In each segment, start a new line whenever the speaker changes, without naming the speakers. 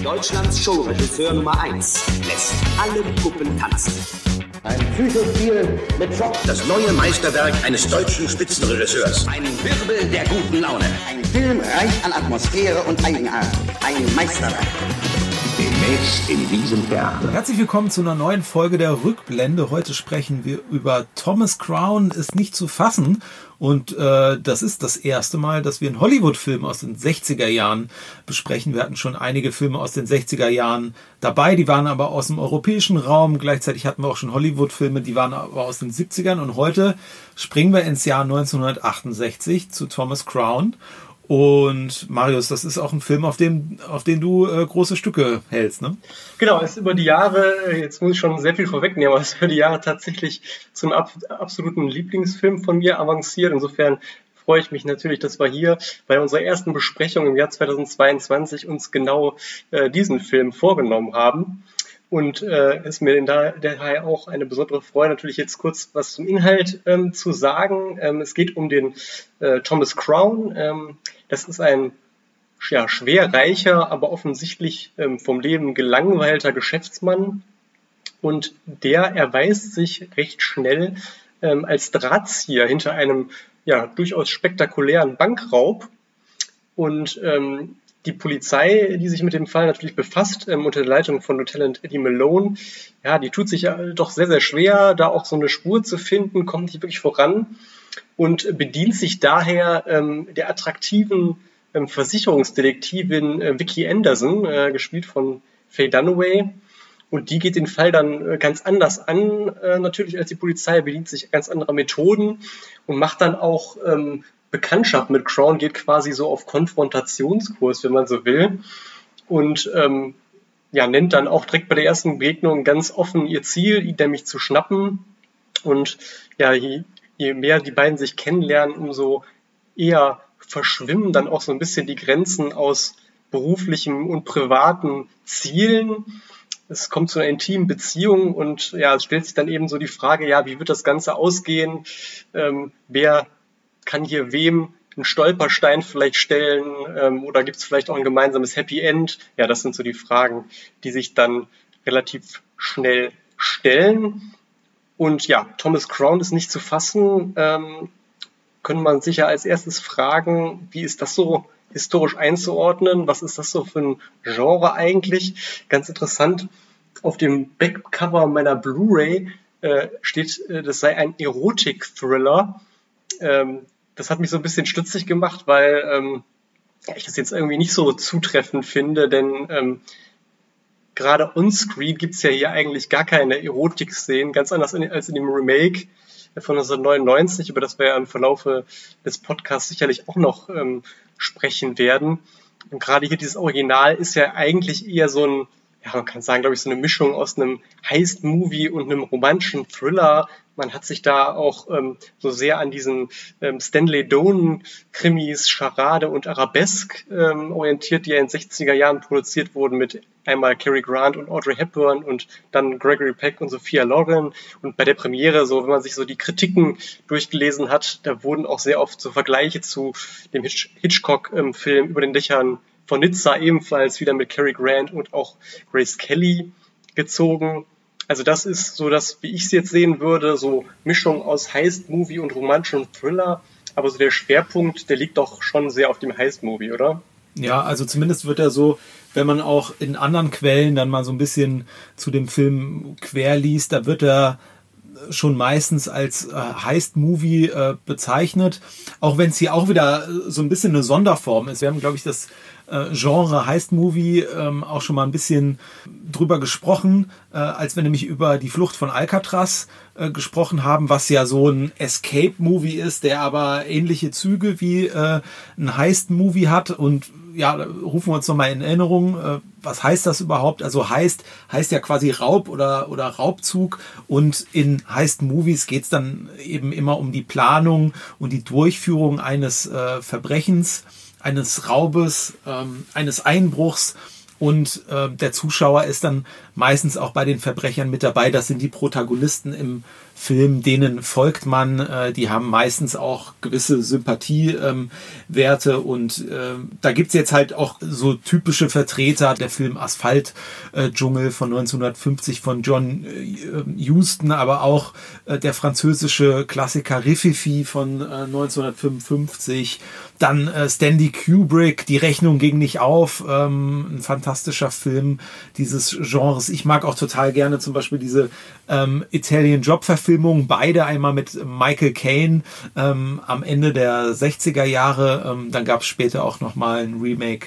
Deutschlands Showregisseur Nummer 1 lässt alle Puppen tanzen.
Ein Psychospiel mit Schock.
Das neue Meisterwerk eines deutschen Spitzenregisseurs.
Ein Wirbel der guten Laune.
Ein Film reich an Atmosphäre und Eigenart. Ein Meisterwerk.
Demnächst in diesem Theater.
Herzlich willkommen zu einer neuen Folge der Rückblende. Heute sprechen wir über Thomas Crown ist nicht zu fassen. Und das ist das erste Mal, dass wir einen Hollywood-Film aus den 60er Jahren besprechen. Wir hatten schon einige Filme aus den 60er Jahren dabei, die waren aber aus dem europäischen Raum. Gleichzeitig hatten wir auch schon Hollywood-Filme, die waren aber aus den 70ern. Und heute springen wir ins Jahr 1968 zu Thomas Crown. Und Marius, das ist auch ein Film, auf den du große Stücke hältst, ne?
Genau, ist über die Jahre, jetzt muss ich schon sehr viel vorwegnehmen, aber ist über die Jahre tatsächlich zum absoluten Lieblingsfilm von mir avanciert. Insofern freue ich mich natürlich, dass wir hier bei unserer ersten Besprechung im Jahr 2022 uns genau diesen Film vorgenommen haben. Und ist mir daher auch eine besondere Freude, natürlich jetzt kurz was zum Inhalt zu sagen. Es geht um den Thomas Crown. Das ist ein schwer reicher, aber offensichtlich vom Leben gelangweilter Geschäftsmann. Und der erweist sich recht schnell als Drahtzieher hinter einem durchaus spektakulären Bankraub. Und die Polizei, die sich mit dem Fall natürlich befasst, unter der Leitung von Lieutenant Eddie Malone, die tut sich ja doch sehr, sehr schwer, da auch so eine Spur zu finden, kommt nicht wirklich voran und bedient sich daher der attraktiven Versicherungsdetektivin Vicky Anderson, gespielt von Faye Dunaway. Und die geht den Fall dann ganz anders an, natürlich als die Polizei, bedient sich ganz anderer Methoden und macht dann auch Bekanntschaft mit Crown, geht quasi so auf Konfrontationskurs, wenn man so will. Und nennt dann auch direkt bei der ersten Begegnung ganz offen ihr Ziel, ihn nämlich zu schnappen. Und je mehr die beiden sich kennenlernen, umso eher verschwimmen dann auch so ein bisschen die Grenzen aus beruflichem und privaten Zielen. Es kommt zu einer intimen Beziehung und es stellt sich dann eben so die Frage, wie wird das Ganze ausgehen? Wer kann hier wem einen Stolperstein vielleicht stellen oder gibt es vielleicht auch ein gemeinsames Happy End? Ja, das sind so die Fragen, die sich dann relativ schnell stellen. Und Thomas Crown ist nicht zu fassen. Könnte man sich ja als erstes fragen, wie ist das so historisch einzuordnen? Was ist das so für ein Genre eigentlich? Ganz interessant, auf dem Backcover meiner Blu-ray steht, das sei ein Erotik-Thriller. Das hat mich so ein bisschen stutzig gemacht, weil ich das jetzt irgendwie nicht so zutreffend finde, denn gerade on-screen gibt es ja hier eigentlich gar keine Erotik-Szenen, ganz anders als in dem Remake von 1999, über das wir ja im Verlaufe des Podcasts sicherlich auch noch sprechen werden. Und gerade hier dieses Original ist ja eigentlich eher so ein, man kann sagen, glaube ich, so eine Mischung aus einem Heist-Movie und einem romantischen Thriller. Man hat sich da auch so sehr an diesen Stanley Donen-Krimis, Charade und Arabesque orientiert, die ja in den 60er Jahren produziert wurden mit einmal Cary Grant und Audrey Hepburn und dann Gregory Peck und Sophia Loren. Und bei der Premiere, so wenn man sich so die Kritiken durchgelesen hat, da wurden auch sehr oft so Vergleiche zu dem Hitchcock-Film Über den Dächern von Nizza ebenfalls wieder mit Cary Grant und auch Grace Kelly gezogen. Also das ist so das, wie ich es jetzt sehen würde, so Mischung aus Heist-Movie und romantischem Thriller. Aber so der Schwerpunkt, der liegt doch schon sehr auf dem Heist-Movie, oder?
Ja, also zumindest wird er so, wenn man auch in anderen Quellen dann mal so ein bisschen zu dem Film quer liest, da wird er schon meistens als Heist-Movie bezeichnet, auch wenn es hier auch wieder so ein bisschen eine Sonderform ist. Wir haben, glaube ich, das Genre Heist-Movie auch schon mal ein bisschen drüber gesprochen, als wir nämlich über die Flucht von Alcatraz gesprochen haben, was ja so ein Escape-Movie ist, der aber ähnliche Züge wie ein Heist-Movie hat. Und rufen wir uns nochmal in Erinnerung, was heißt das überhaupt? Also heißt ja quasi Raub oder Raubzug, und in Heist-Movies geht es dann eben immer um die Planung und die Durchführung eines Verbrechens, eines Raubes, eines Einbruchs, und der Zuschauer ist dann meistens auch bei den Verbrechern mit dabei. Das sind die Protagonisten im Film, denen folgt man, die haben meistens auch gewisse Sympathiewerte und da gibt's jetzt halt auch so typische Vertreter, der Film Asphalt-Dschungel von 1950 von John Huston, aber auch der französische Klassiker Rififi von 1955, dann Stanley Kubrick, Die Rechnung ging nicht auf, ein fantastischer Film dieses Genres. Ich mag auch total gerne zum Beispiel diese Italian Job-Verfilmungen, beide einmal mit Michael Caine am Ende der 60er Jahre, dann gab es später auch nochmal ein Remake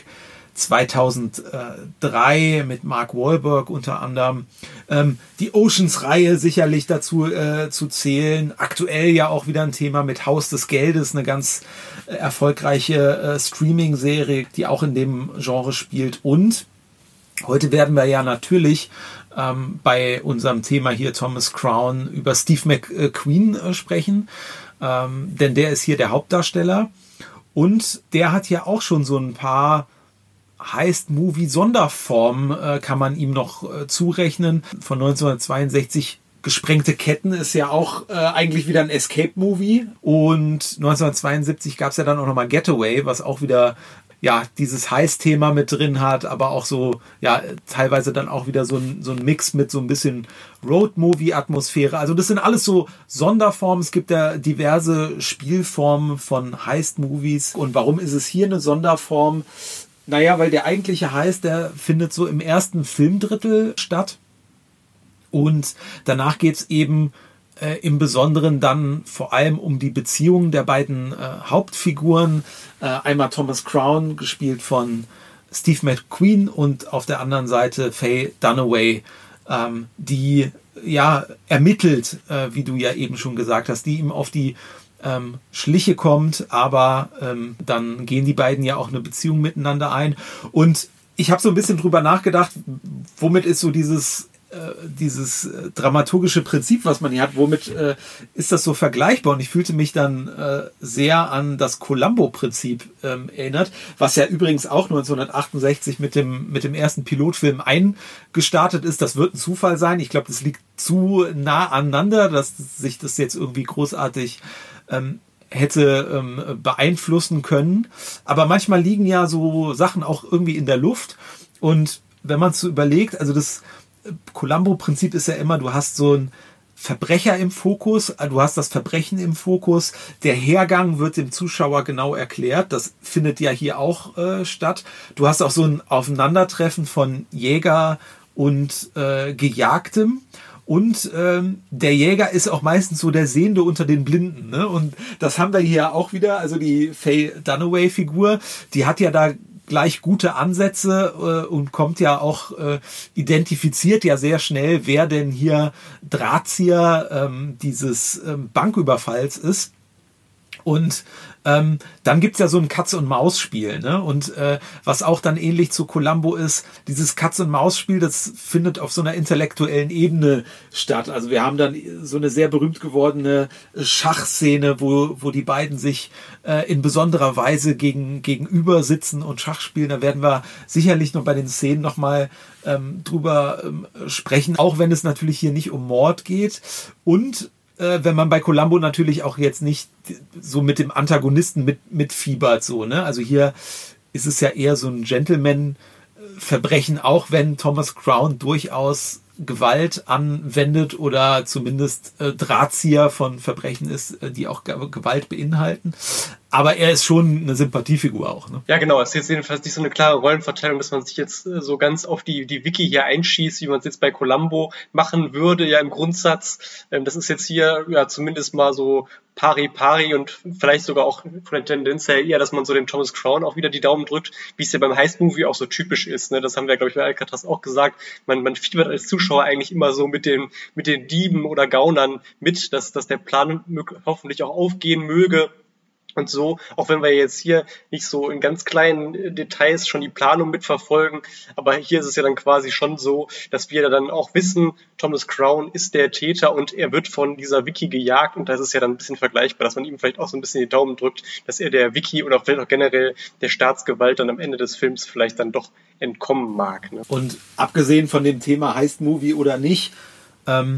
2003 mit Mark Wahlberg unter anderem. Die Oceans-Reihe sicherlich dazu zu zählen. Aktuell ja auch wieder ein Thema mit Haus des Geldes, eine ganz erfolgreiche Streaming-Serie, die auch in dem Genre spielt. Und heute werden wir ja natürlich bei unserem Thema hier Thomas Crown über Steve McQueen sprechen, denn der ist hier der Hauptdarsteller und der hat ja auch schon so ein paar Heist-Movie-Sonderformen kann man ihm noch zurechnen. Von 1962 Gesprengte Ketten ist ja auch eigentlich wieder ein Escape-Movie und 1972 gab es ja dann auch nochmal Getaway, was auch wieder ja dieses Heist-Thema mit drin hat, aber auch so, ja, teilweise dann auch wieder so ein Mix mit so ein bisschen Road-Movie-Atmosphäre. Also das sind alles so Sonderformen. Es gibt ja diverse Spielformen von Heist-Movies. Und warum ist es hier eine Sonderform? Naja, weil der eigentliche Heist, der findet so im ersten Filmdrittel statt. Und danach geht's eben im Besonderen dann vor allem um die Beziehungen der beiden Hauptfiguren. Einmal Thomas Crown, gespielt von Steve McQueen, und auf der anderen Seite Faye Dunaway, die ja ermittelt, wie du ja eben schon gesagt hast, die ihm auf die Schliche kommt, aber dann gehen die beiden ja auch eine Beziehung miteinander ein. Und ich habe so ein bisschen drüber nachgedacht, womit ist so dieses dramaturgische Prinzip, was man hier hat, womit ist das so vergleichbar? Und ich fühlte mich dann sehr an das Columbo-Prinzip erinnert, was ja übrigens auch 1968 mit dem ersten Pilotfilm eingestartet ist. Das wird ein Zufall sein. Ich glaube, das liegt zu nah aneinander, dass sich das jetzt irgendwie großartig hätte beeinflussen können. Aber manchmal liegen ja so Sachen auch irgendwie in der Luft. Und wenn man es so überlegt, also das Columbo-Prinzip ist ja immer, du hast so einen Verbrecher im Fokus, du hast das Verbrechen im Fokus, der Hergang wird dem Zuschauer genau erklärt, das findet ja hier auch statt. Du hast auch so ein Aufeinandertreffen von Jäger und Gejagtem. Und der Jäger ist auch meistens so der Sehende unter den Blinden, ne? Und das haben wir hier auch wieder. Also die Faye Dunaway-Figur, die hat ja da gleich gute Ansätze und kommt ja auch, identifiziert ja sehr schnell, wer denn hier Drahtzieher dieses Banküberfalls ist. Und dann gibt's ja so ein Katz-und-Maus-Spiel, ne? Und was auch dann ähnlich zu Columbo ist, dieses Katz-und-Maus-Spiel, das findet auf so einer intellektuellen Ebene statt. Also wir haben dann so eine sehr berühmt gewordene Schachszene, wo die beiden sich in besonderer Weise gegenüber sitzen und Schach spielen. Da werden wir sicherlich noch bei den Szenen nochmal drüber sprechen, auch wenn es natürlich hier nicht um Mord geht. Und wenn man bei Columbo natürlich auch jetzt nicht so mit dem Antagonisten mitfiebert, so, ne? Also hier ist es ja eher so ein Gentleman-Verbrechen, auch wenn Thomas Crown durchaus Gewalt anwendet oder zumindest Drahtzieher von Verbrechen ist, die auch Gewalt beinhalten. Aber er ist schon eine Sympathiefigur auch, ne? Ja, genau. Es ist jetzt jedenfalls nicht so eine klare Rollenverteilung, dass man sich jetzt so ganz auf die Wiki hier einschießt, wie man es jetzt bei Columbo machen würde, ja im Grundsatz. Das ist jetzt hier ja zumindest mal so pari und vielleicht sogar auch von der Tendenz her eher, dass man so dem Thomas Crown auch wieder die Daumen drückt, wie es ja beim Heist-Movie auch so typisch ist, ne? Das haben wir, glaube ich, bei Alcatraz auch gesagt. Man fiebert als Zuschauer eigentlich immer so mit den Dieben oder Gaunern mit, dass der Plan hoffentlich auch aufgehen möge. Und so, auch wenn wir jetzt hier nicht so in ganz kleinen Details schon die Planung mitverfolgen, aber hier ist es ja dann quasi schon so, dass wir dann auch wissen, Thomas Crown ist der Täter und er wird von dieser Vicky gejagt, und das ist ja dann ein bisschen vergleichbar, dass man ihm vielleicht auch so ein bisschen die Daumen drückt, dass er der Vicky oder vielleicht auch generell der Staatsgewalt dann am Ende des Films vielleicht dann doch entkommen mag, ne? Und abgesehen von dem Thema Heist-Movie oder nicht,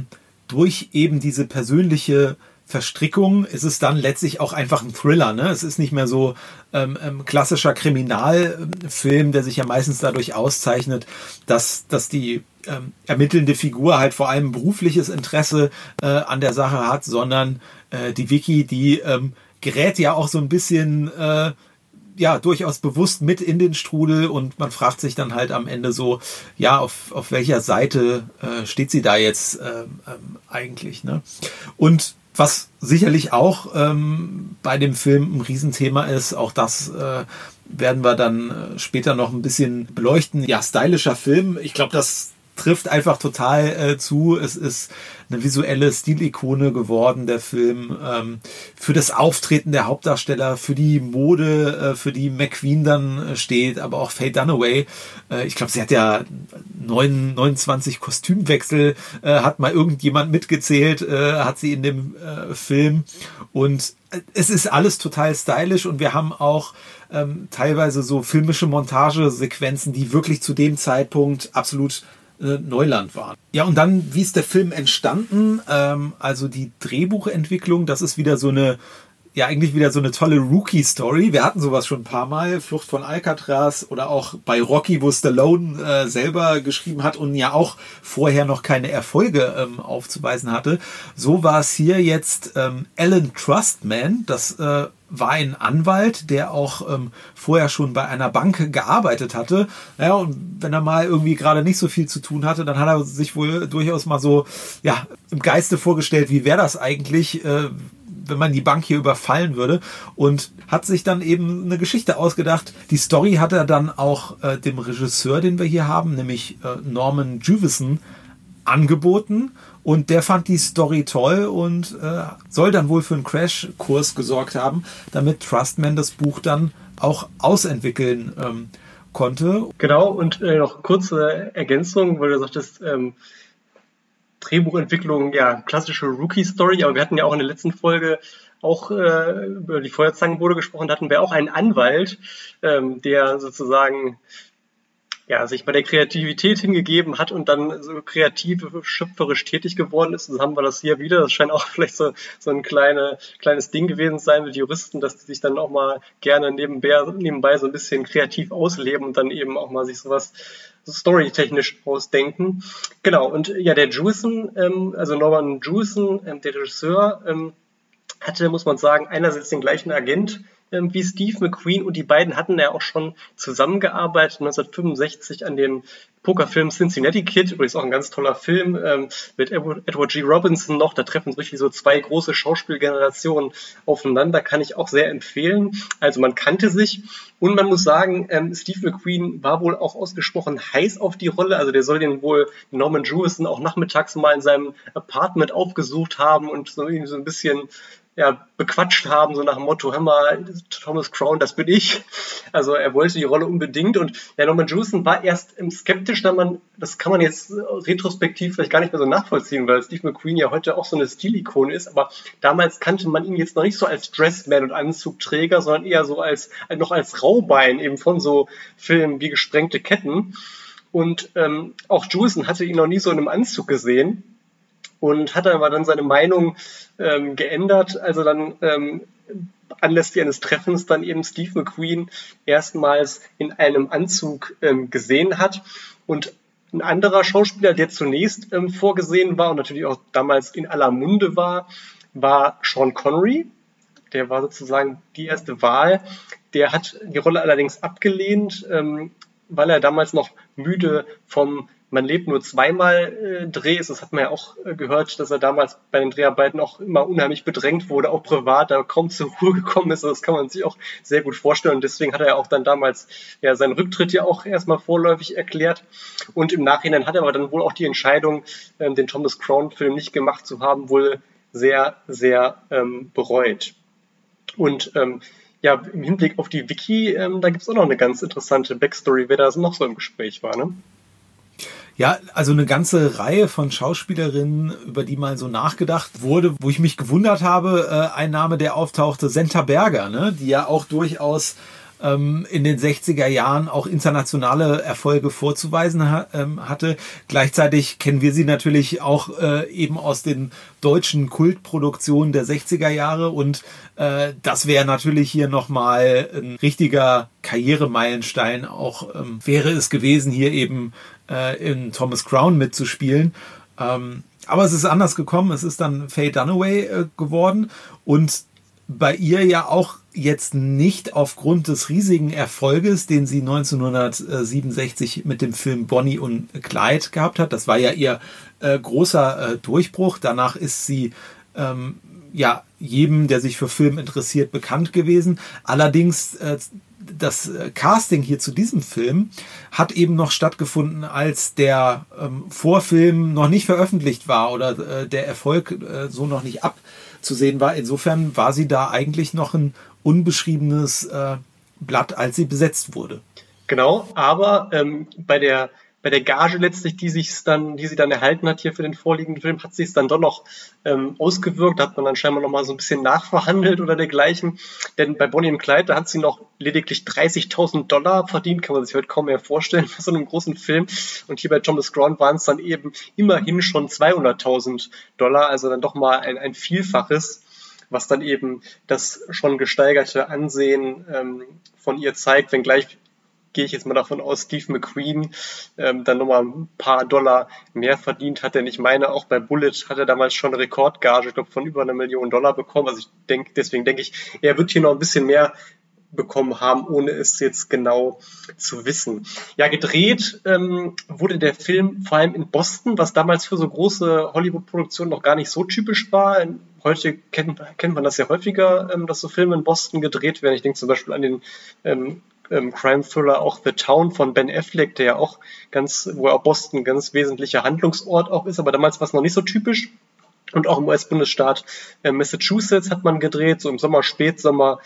durch eben diese persönliche Verstrickung ist es dann letztlich auch einfach ein Thriller. Ne? Es ist nicht mehr so klassischer Kriminalfilm, der sich ja meistens dadurch auszeichnet, dass die ermittelnde Figur halt vor allem berufliches Interesse an der Sache hat, sondern die Vicky, die gerät ja auch so ein bisschen durchaus bewusst mit in den Strudel und man fragt sich dann halt am Ende so, ja, auf welcher Seite steht sie da jetzt eigentlich, ne? Und was sicherlich auch bei dem Film ein Riesenthema ist, auch das werden wir dann später noch ein bisschen beleuchten. Ja, stylischer Film. Ich glaube, das trifft einfach total zu. Es ist eine visuelle Stilikone geworden, der Film, für das Auftreten der Hauptdarsteller, für die Mode, für die McQueen dann steht, aber auch Faye Dunaway. Ich glaube, sie hat ja 29 Kostümwechsel, hat mal irgendjemand mitgezählt, hat sie in dem Film. Und es ist alles total stylisch und wir haben auch teilweise so filmische Montagesequenzen, die wirklich zu dem Zeitpunkt absolut Neuland waren. Ja, und dann, wie ist der Film entstanden? Also die Drehbuchentwicklung, das ist wieder so eine, ja, eigentlich wieder so eine tolle Rookie-Story. Wir hatten sowas schon ein paar Mal, Flucht von Alcatraz oder auch bei Rocky, wo Stallone selber geschrieben hat und ja auch vorher noch keine Erfolge aufzuweisen hatte. So war es hier jetzt Alan Trustman, das war ein Anwalt, der auch vorher schon bei einer Bank gearbeitet hatte. Naja, und wenn er mal irgendwie gerade nicht so viel zu tun hatte, dann hat er sich wohl durchaus mal so, ja, im Geiste vorgestellt, wie wäre das eigentlich, wenn man die Bank hier überfallen würde, und hat sich dann eben eine Geschichte ausgedacht. Die Story hat er dann auch dem Regisseur, den wir hier haben, nämlich Norman Jewison, angeboten. Und der fand die Story toll und soll dann wohl für einen Crashkurs gesorgt haben, damit Trustman das Buch dann auch ausentwickeln konnte.
Genau, und noch eine kurze Ergänzung, weil du sagtest, Drehbuchentwicklung, ja, klassische Rookie-Story, aber wir hatten ja auch in der letzten Folge auch über die Feuerzangenbowle gesprochen, da hatten wir auch einen Anwalt, der sozusagen sich bei der Kreativität hingegeben hat und dann so kreativ, schöpferisch tätig geworden ist. Und so haben wir das hier wieder. Das scheint auch vielleicht so ein kleines Ding gewesen zu sein mit Juristen, dass die sich dann auch mal gerne nebenbei so ein bisschen kreativ ausleben und dann eben auch mal sich sowas storytechnisch ausdenken. Genau, und ja, der Jewison, also Norman Jewison, der Regisseur, hatte, muss man sagen, einerseits den gleichen Agent wie Steve McQueen, und die beiden hatten ja auch schon zusammengearbeitet 1965 an dem Pokerfilm Cincinnati Kid, übrigens auch ein ganz toller Film mit Edward G. Robinson noch, da treffen sich so zwei große Schauspielgenerationen aufeinander, kann ich auch sehr empfehlen. Also man kannte sich und man muss sagen, Steve McQueen war wohl auch ausgesprochen heiß auf die Rolle, also der soll den wohl Norman Jewison auch nachmittags mal in seinem Apartment aufgesucht haben und so ein bisschen bequatscht haben, so nach dem Motto, hör mal, Thomas Crown, das bin ich. Also er wollte die Rolle unbedingt und Norman Jewison war erst skeptisch, das kann man jetzt retrospektiv vielleicht gar nicht mehr so nachvollziehen, weil Steve McQueen ja heute auch so eine Stilikone ist, aber damals kannte man ihn jetzt noch nicht so als Dressman und Anzugträger, sondern eher so noch als Raubein eben von so Filmen wie Gesprengte Ketten. Und auch Jewison hatte ihn noch nie so in einem Anzug gesehen. Und hat aber dann seine Meinung geändert, also dann anlässlich eines Treffens dann eben Steve McQueen erstmals in einem Anzug gesehen hat. Und ein anderer Schauspieler, der zunächst vorgesehen war und natürlich auch damals in aller Munde war Sean Connery. Der war sozusagen die erste Wahl. Der hat die Rolle allerdings abgelehnt, weil er damals noch müde vom Man lebt nur zweimal Dreh ist. Das hat man ja auch gehört, dass er damals bei den Dreharbeiten auch immer unheimlich bedrängt wurde, auch privat, da kaum zur Ruhe gekommen ist. Das kann man sich auch sehr gut vorstellen. Und deswegen hat er ja auch dann damals seinen Rücktritt ja auch erstmal vorläufig erklärt. Und im Nachhinein hat er aber dann wohl auch die Entscheidung, den Thomas Crown-Film nicht gemacht zu haben, wohl sehr, sehr bereut. Und im Hinblick auf die Vicky, da gibt es auch noch eine ganz interessante Backstory, wer da noch so im Gespräch war, ne?
Ja, also eine ganze Reihe von Schauspielerinnen, über die mal so nachgedacht wurde, wo ich mich gewundert habe, ein Name, der auftauchte, Senta Berger, ne, die ja auch durchaus in den 60er Jahren auch internationale Erfolge vorzuweisen hatte. Gleichzeitig kennen wir sie natürlich auch eben aus den deutschen Kultproduktionen der 60er Jahre und das wäre natürlich hier nochmal ein richtiger Karrieremeilenstein. Auch wäre es gewesen, hier eben in Thomas Crown mitzuspielen. Aber es ist anders gekommen. Es ist dann Faye Dunaway geworden und bei ihr ja auch jetzt nicht aufgrund des riesigen Erfolges, den sie 1967 mit dem Film Bonnie und Clyde gehabt hat. Das war ja ihr großer Durchbruch. Danach ist sie jedem, der sich für Film interessiert, bekannt gewesen. Allerdings das Casting hier zu diesem Film hat eben noch stattgefunden, als der Vorfilm noch nicht veröffentlicht war oder der Erfolg so noch nicht abzusehen war. Insofern war sie da eigentlich noch ein unbeschriebenes Blatt, als sie besetzt wurde.
Genau, aber bei der Gage letztlich, die sie dann erhalten hat hier für den vorliegenden Film, hat sie es dann doch noch ausgewirkt, da hat man dann scheinbar noch mal so ein bisschen nachverhandelt oder dergleichen, denn bei Bonnie und Clyde, da hat sie noch lediglich $30.000 verdient, kann man sich heute kaum mehr vorstellen, bei so einem großen Film, und hier bei Thomas Crown waren es dann eben immerhin schon $200.000, also dann doch mal ein Vielfaches, was dann eben das schon gesteigerte Ansehen von ihr zeigt, wenngleich gehe ich jetzt mal davon aus, Steve McQueen dann nochmal ein paar Dollar mehr verdient hat, denn ich meine, auch bei Bullet hat er damals schon eine Rekordgage, ich glaube, von über $1 Million bekommen. Also deswegen denke ich, er wird hier noch ein bisschen mehr bekommen haben, ohne es jetzt genau zu wissen. Ja, gedreht wurde der Film vor allem in Boston, was damals für so große Hollywood-Produktionen noch gar nicht so typisch war. Heute kennt man das ja häufiger, dass so Filme in Boston gedreht werden. Ich denke zum Beispiel an den Crime-Thriller auch The Town von Ben Affleck, der ja auch wo auch Boston ein ganz wesentlicher Handlungsort auch ist, aber damals war es noch nicht so typisch. Und auch im US-Bundesstaat Massachusetts hat man gedreht, so im Spätsommer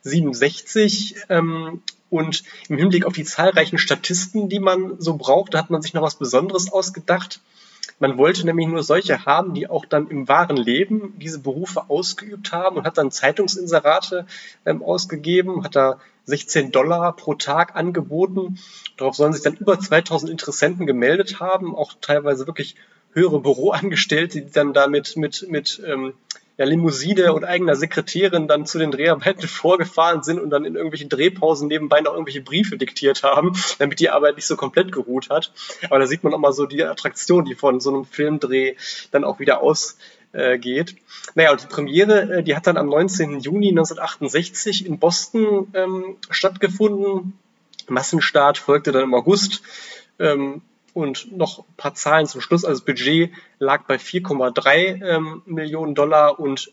67. Und im Hinblick auf die zahlreichen Statisten, die man so braucht, da hat man sich noch was Besonderes ausgedacht. Man wollte nämlich nur solche haben, die auch dann im wahren Leben diese Berufe ausgeübt haben, und hat dann Zeitungsinserate ausgegeben, hat da $16 pro Tag angeboten. Darauf sollen sich dann über 2000 Interessenten gemeldet haben, auch teilweise wirklich höhere Büroangestellte, die dann da mit Limousine und eigener Sekretärin dann zu den Dreharbeiten vorgefahren sind und dann in irgendwelchen Drehpausen nebenbei noch irgendwelche Briefe diktiert haben, damit die Arbeit nicht so komplett geruht hat. Aber da sieht man auch mal so die Attraktion, die von so einem Filmdreh dann auch wieder ausgeht. Naja, und die Premiere, die hat dann am 19. Juni 1968 in Boston stattgefunden. Massenstart folgte dann im August. Und noch ein paar Zahlen zum Schluss. Also das Budget lag bei $4,3 Millionen und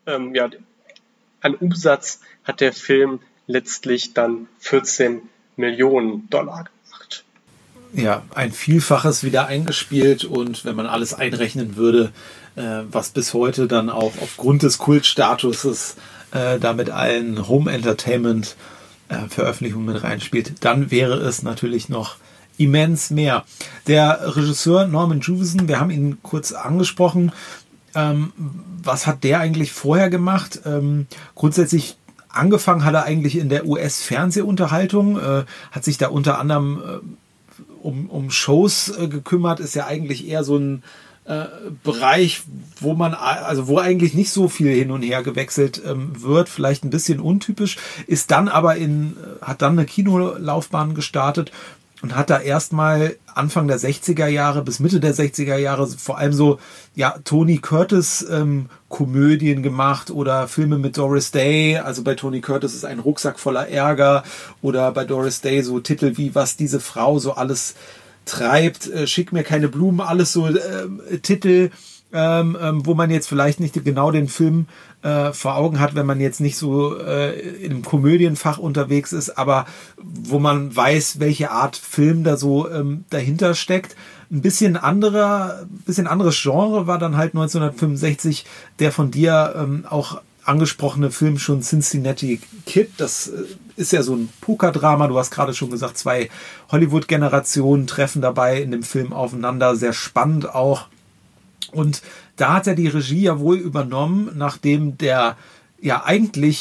an Umsatz hat der Film letztlich dann $14 Millionen gemacht.
Ja, ein Vielfaches wieder eingespielt, und wenn man alles einrechnen würde, was bis heute dann auch aufgrund des Kultstatuses da mit allen Home-Entertainment-Veröffentlichungen mit reinspielt, dann wäre es natürlich noch immens mehr. Der Regisseur Norman Jewison, wir haben ihn kurz angesprochen. Was hat der eigentlich vorher gemacht? Grundsätzlich angefangen hat er eigentlich in der US-Fernsehunterhaltung, hat sich da unter anderem um Shows gekümmert, ist ja eigentlich eher so ein Bereich, wo eigentlich nicht so viel hin und her gewechselt wird, vielleicht ein bisschen untypisch, ist dann aber hat dann eine Kinolaufbahn gestartet und hat da erstmal Anfang der 60er Jahre bis Mitte der 60er Jahre vor allem so Tony Curtis Komödien gemacht oder Filme mit Doris Day. Also bei Tony Curtis ist ein Rucksack voller Ärger, oder bei Doris Day so Titel wie Was diese Frau so alles treibt, Schick mir keine Blumen, alles so Titel, wo man jetzt vielleicht nicht genau den Film vor Augen hat, wenn man jetzt nicht so in einem Komödienfach unterwegs ist, aber wo man weiß, welche Art Film da so dahinter steckt. Ein bisschen anderes Genre war dann halt 1965 der von dir auch angesprochene Film schon Cincinnati Kid. Das ist ja so ein Pokerdrama. Du hast gerade schon gesagt, 2 Hollywood-Generationen treffen dabei in dem Film aufeinander. Sehr spannend auch. Und da hat er die Regie ja wohl übernommen, nachdem der eigentlich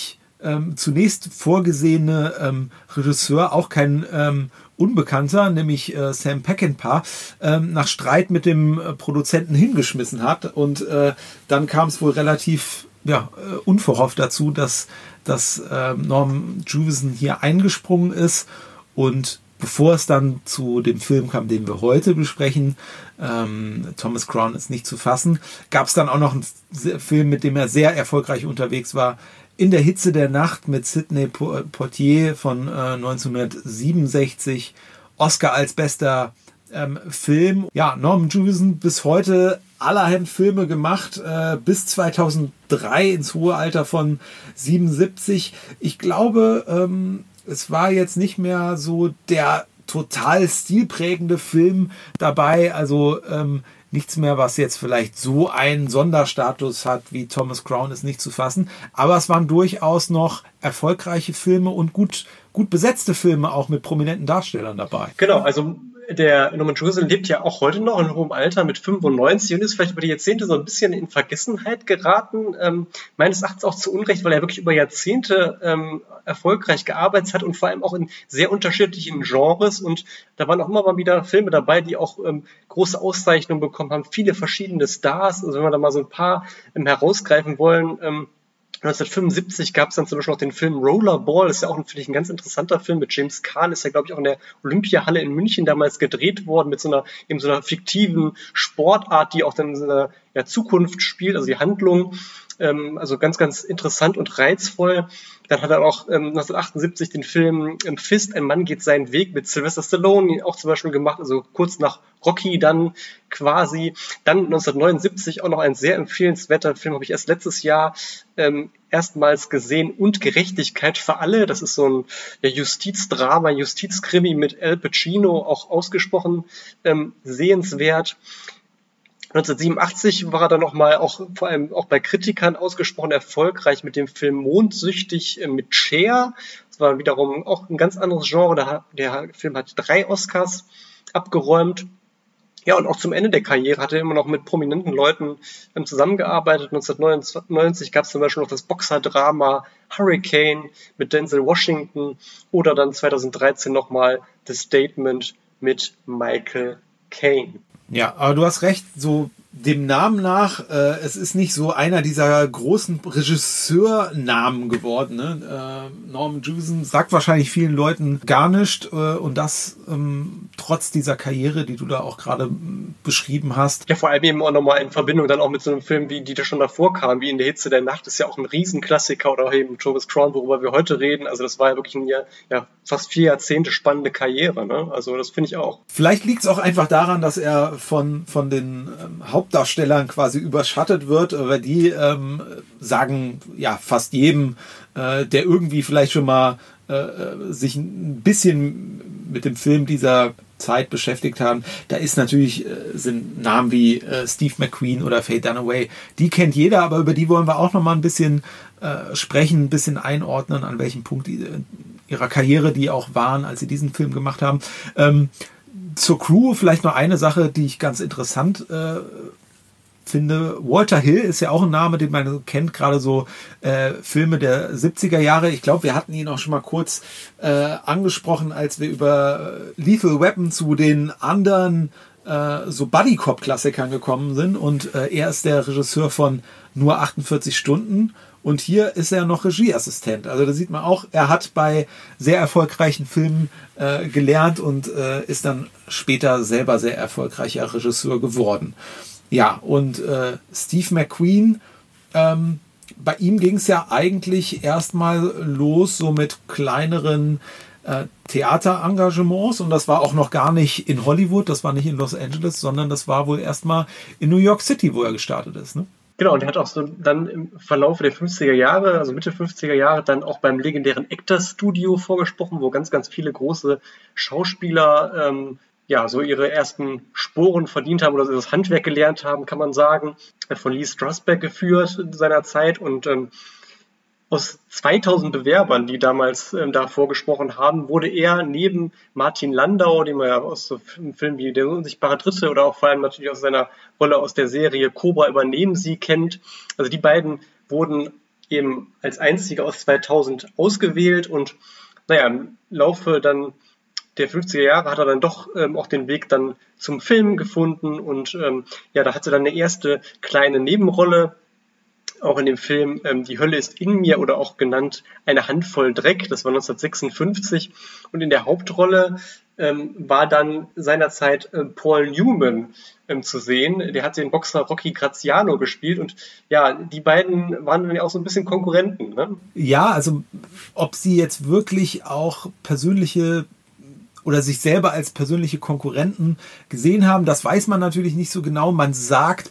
zunächst vorgesehene Regisseur, auch kein Unbekannter, nämlich Sam Peckinpah, nach Streit mit dem Produzenten hingeschmissen hat. Und dann kam es wohl relativ unverhofft dazu, dass Norman Jewison hier eingesprungen ist. Und bevor es dann zu dem Film kam, den wir heute besprechen, Thomas Crown ist nicht zu fassen, gab es dann auch noch einen Film, mit dem er sehr erfolgreich unterwegs war, In der Hitze der Nacht mit Sidney Poitier von 1967, Oscar als bester Film. Ja, Norman Jewison bis heute allerhand Filme gemacht, bis 2003 ins hohe Alter von 77. Ich glaube, es war jetzt nicht mehr so der total stilprägende Film dabei, also nichts mehr, was jetzt vielleicht so einen Sonderstatus hat wie Thomas Crown ist nicht zu fassen, aber es waren durchaus noch erfolgreiche Filme und gut besetzte Filme auch mit prominenten Darstellern dabei.
Genau, also der Norman Jewison lebt ja auch heute noch in hohem Alter mit 95 und ist vielleicht über die Jahrzehnte so ein bisschen in Vergessenheit geraten. Meines Erachtens auch zu Unrecht, weil er wirklich über Jahrzehnte erfolgreich gearbeitet hat und vor allem auch in sehr unterschiedlichen Genres. Und da waren auch immer mal wieder Filme dabei, die auch große Auszeichnungen bekommen haben, viele verschiedene Stars. Also wenn wir da mal so ein paar herausgreifen wollen, 1975 gab es dann zum Beispiel noch den Film Rollerball, das ist ja auch, finde ich, ein ganz interessanter Film mit James Caan, ist ja, glaube ich, auch in der Olympiahalle in München damals gedreht worden, mit so einer fiktiven Sportart, die auch dann in so einer Zukunft spielt, also die Handlung, also ganz, ganz interessant und reizvoll. Dann hat er auch 1978 den Film Fist, ein Mann geht seinen Weg mit Sylvester Stallone auch zum Beispiel gemacht, also kurz nach Rocky dann quasi. Dann 1979 auch noch ein sehr empfehlenswerter Film, habe ich erst letztes Jahr erstmals gesehen, Und Gerechtigkeit für alle. Das ist so ein Justizdrama, Justizkrimi mit Al Pacino, auch ausgesprochen sehenswert. 1987 war er dann nochmal auch vor allem auch bei Kritikern ausgesprochen erfolgreich mit dem Film Mondsüchtig mit Cher. Das war wiederum auch ein ganz anderes Genre. Der Film hat 3 Oscars abgeräumt. Ja, und auch zum Ende der Karriere hat er immer noch mit prominenten Leuten zusammengearbeitet. 1999 gab es zum Beispiel noch das Boxerdrama Hurricane mit Denzel Washington oder dann 2013 nochmal The Statement mit Michael Caine.
Ja, aber du hast recht, so dem Namen nach, es ist nicht so einer dieser großen Regisseurnamen geworden. Ne? Norman Jewison sagt wahrscheinlich vielen Leuten gar nichts und das trotz dieser Karriere, die du da auch gerade beschrieben hast.
Ja, vor allem eben auch nochmal in Verbindung dann auch mit so einem Film, wie die da schon davor kam, wie In der Hitze der Nacht, ist ja auch ein Riesenklassiker, oder eben Thomas Crown, worüber wir heute reden. Also das war ja wirklich eine fast 4 Jahrzehnte spannende Karriere. Ne? Also das finde ich auch.
Vielleicht liegt es auch einfach daran, dass er von den Hauptdarstellern quasi überschattet wird, weil die sagen ja fast jedem, der irgendwie vielleicht schon mal sich ein bisschen mit dem Film dieser Zeit beschäftigt haben, da ist natürlich, sind Namen wie Steve McQueen oder Faye Dunaway, die kennt jeder, aber über die wollen wir auch noch mal ein bisschen sprechen, ein bisschen einordnen, an welchem Punkt ihrer Karriere die auch waren, als sie diesen Film gemacht haben. Zur Crew vielleicht noch eine Sache, die ich ganz interessant finde. Walter Hill ist ja auch ein Name, den man kennt, gerade so Filme der 70er Jahre. Ich glaube, wir hatten ihn auch schon mal kurz angesprochen, als wir über Lethal Weapon zu den anderen so Buddy-Cop-Klassikern gekommen sind. Und er ist der Regisseur von Nur 48 Stunden. Und hier ist er noch Regieassistent. Also da sieht man auch, er hat bei sehr erfolgreichen Filmen gelernt und ist dann später selber sehr erfolgreicher Regisseur geworden. Ja, und Steve McQueen, bei ihm ging es ja eigentlich erstmal los so mit kleineren Theaterengagements und das war auch noch gar nicht in Hollywood, das war nicht in Los Angeles, sondern das war wohl erstmal in New York City, wo er gestartet ist, ne?
Genau, und er hat auch so dann im Verlauf der 50er Jahre, also Mitte 50er Jahre, dann auch beim legendären Actors Studio vorgesprochen, wo ganz, ganz viele große Schauspieler so ihre ersten Sporen verdient haben oder das Handwerk gelernt haben, kann man sagen. Er hat von Lee Strasberg geführt in seiner Zeit und aus 2000 Bewerbern, die damals da vorgesprochen haben, wurde er neben Martin Landau, den man ja aus so Filmen wie Der unsichtbare Dritte oder auch vor allem natürlich aus seiner Rolle aus der Serie Cobra übernehmen Sie kennt. Also die beiden wurden eben als einziger aus 2000 ausgewählt und naja, im Laufe dann der 50er Jahre hat er dann doch auch den Weg dann zum Film gefunden und ja, da hatte er dann eine erste kleine Nebenrolle, auch in dem Film Die Hölle ist in mir oder auch genannt Eine Handvoll Dreck, das war 1956 und in der Hauptrolle war dann seinerzeit Paul Newman zu sehen. Der hat den Boxer Rocky Graziano gespielt und ja, die beiden waren dann ja auch so ein bisschen Konkurrenten. Ne?
Ja, also ob sie jetzt wirklich auch persönliche oder sich selber als persönliche Konkurrenten gesehen haben, das weiß man natürlich nicht so genau. Man sagt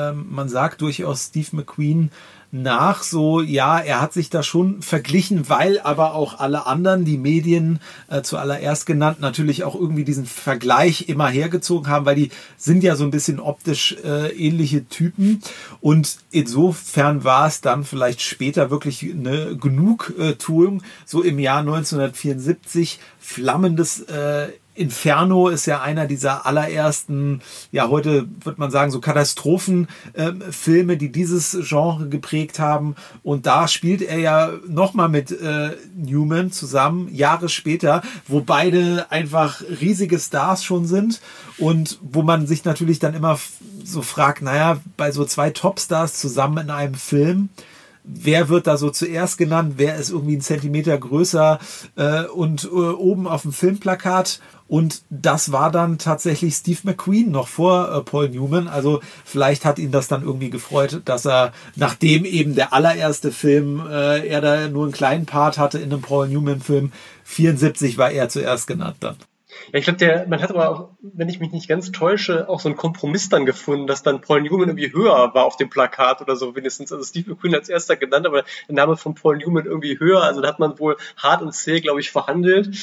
durchaus Steve McQueen nach, so, ja, er hat sich da schon verglichen, weil aber auch alle anderen, die Medien zuallererst genannt, natürlich auch irgendwie diesen Vergleich immer hergezogen haben, weil die sind ja so ein bisschen optisch ähnliche Typen und insofern war es dann vielleicht später wirklich eine Genugtuung, so im Jahr 1974, flammendes Inferno ist ja einer dieser allerersten, ja heute würde man sagen, so Katastrophenfilme, die dieses Genre geprägt haben. Und da spielt er ja nochmal mit Newman zusammen, Jahre später, wo beide einfach riesige Stars schon sind und wo man sich natürlich dann immer so fragt, naja, bei so zwei Topstars zusammen in einem Film, wer wird da so zuerst genannt, wer ist irgendwie 1 Zentimeter größer und oben auf dem Filmplakat. Und das war dann tatsächlich Steve McQueen noch vor Paul Newman. Also vielleicht hat ihn das dann irgendwie gefreut, dass er, nachdem eben der allererste Film er da nur einen kleinen Part hatte in einem Paul Newman-Film, 74 war er zuerst genannt dann.
Ja, ich glaube, man hat aber auch, wenn ich mich nicht ganz täusche, auch so einen Kompromiss dann gefunden, dass dann Paul Newman irgendwie höher war auf dem Plakat oder so wenigstens. Also Steve McQueen als erster genannt, aber der Name von Paul Newman irgendwie höher. Also da hat man wohl hart und zäh, glaube ich, verhandelt.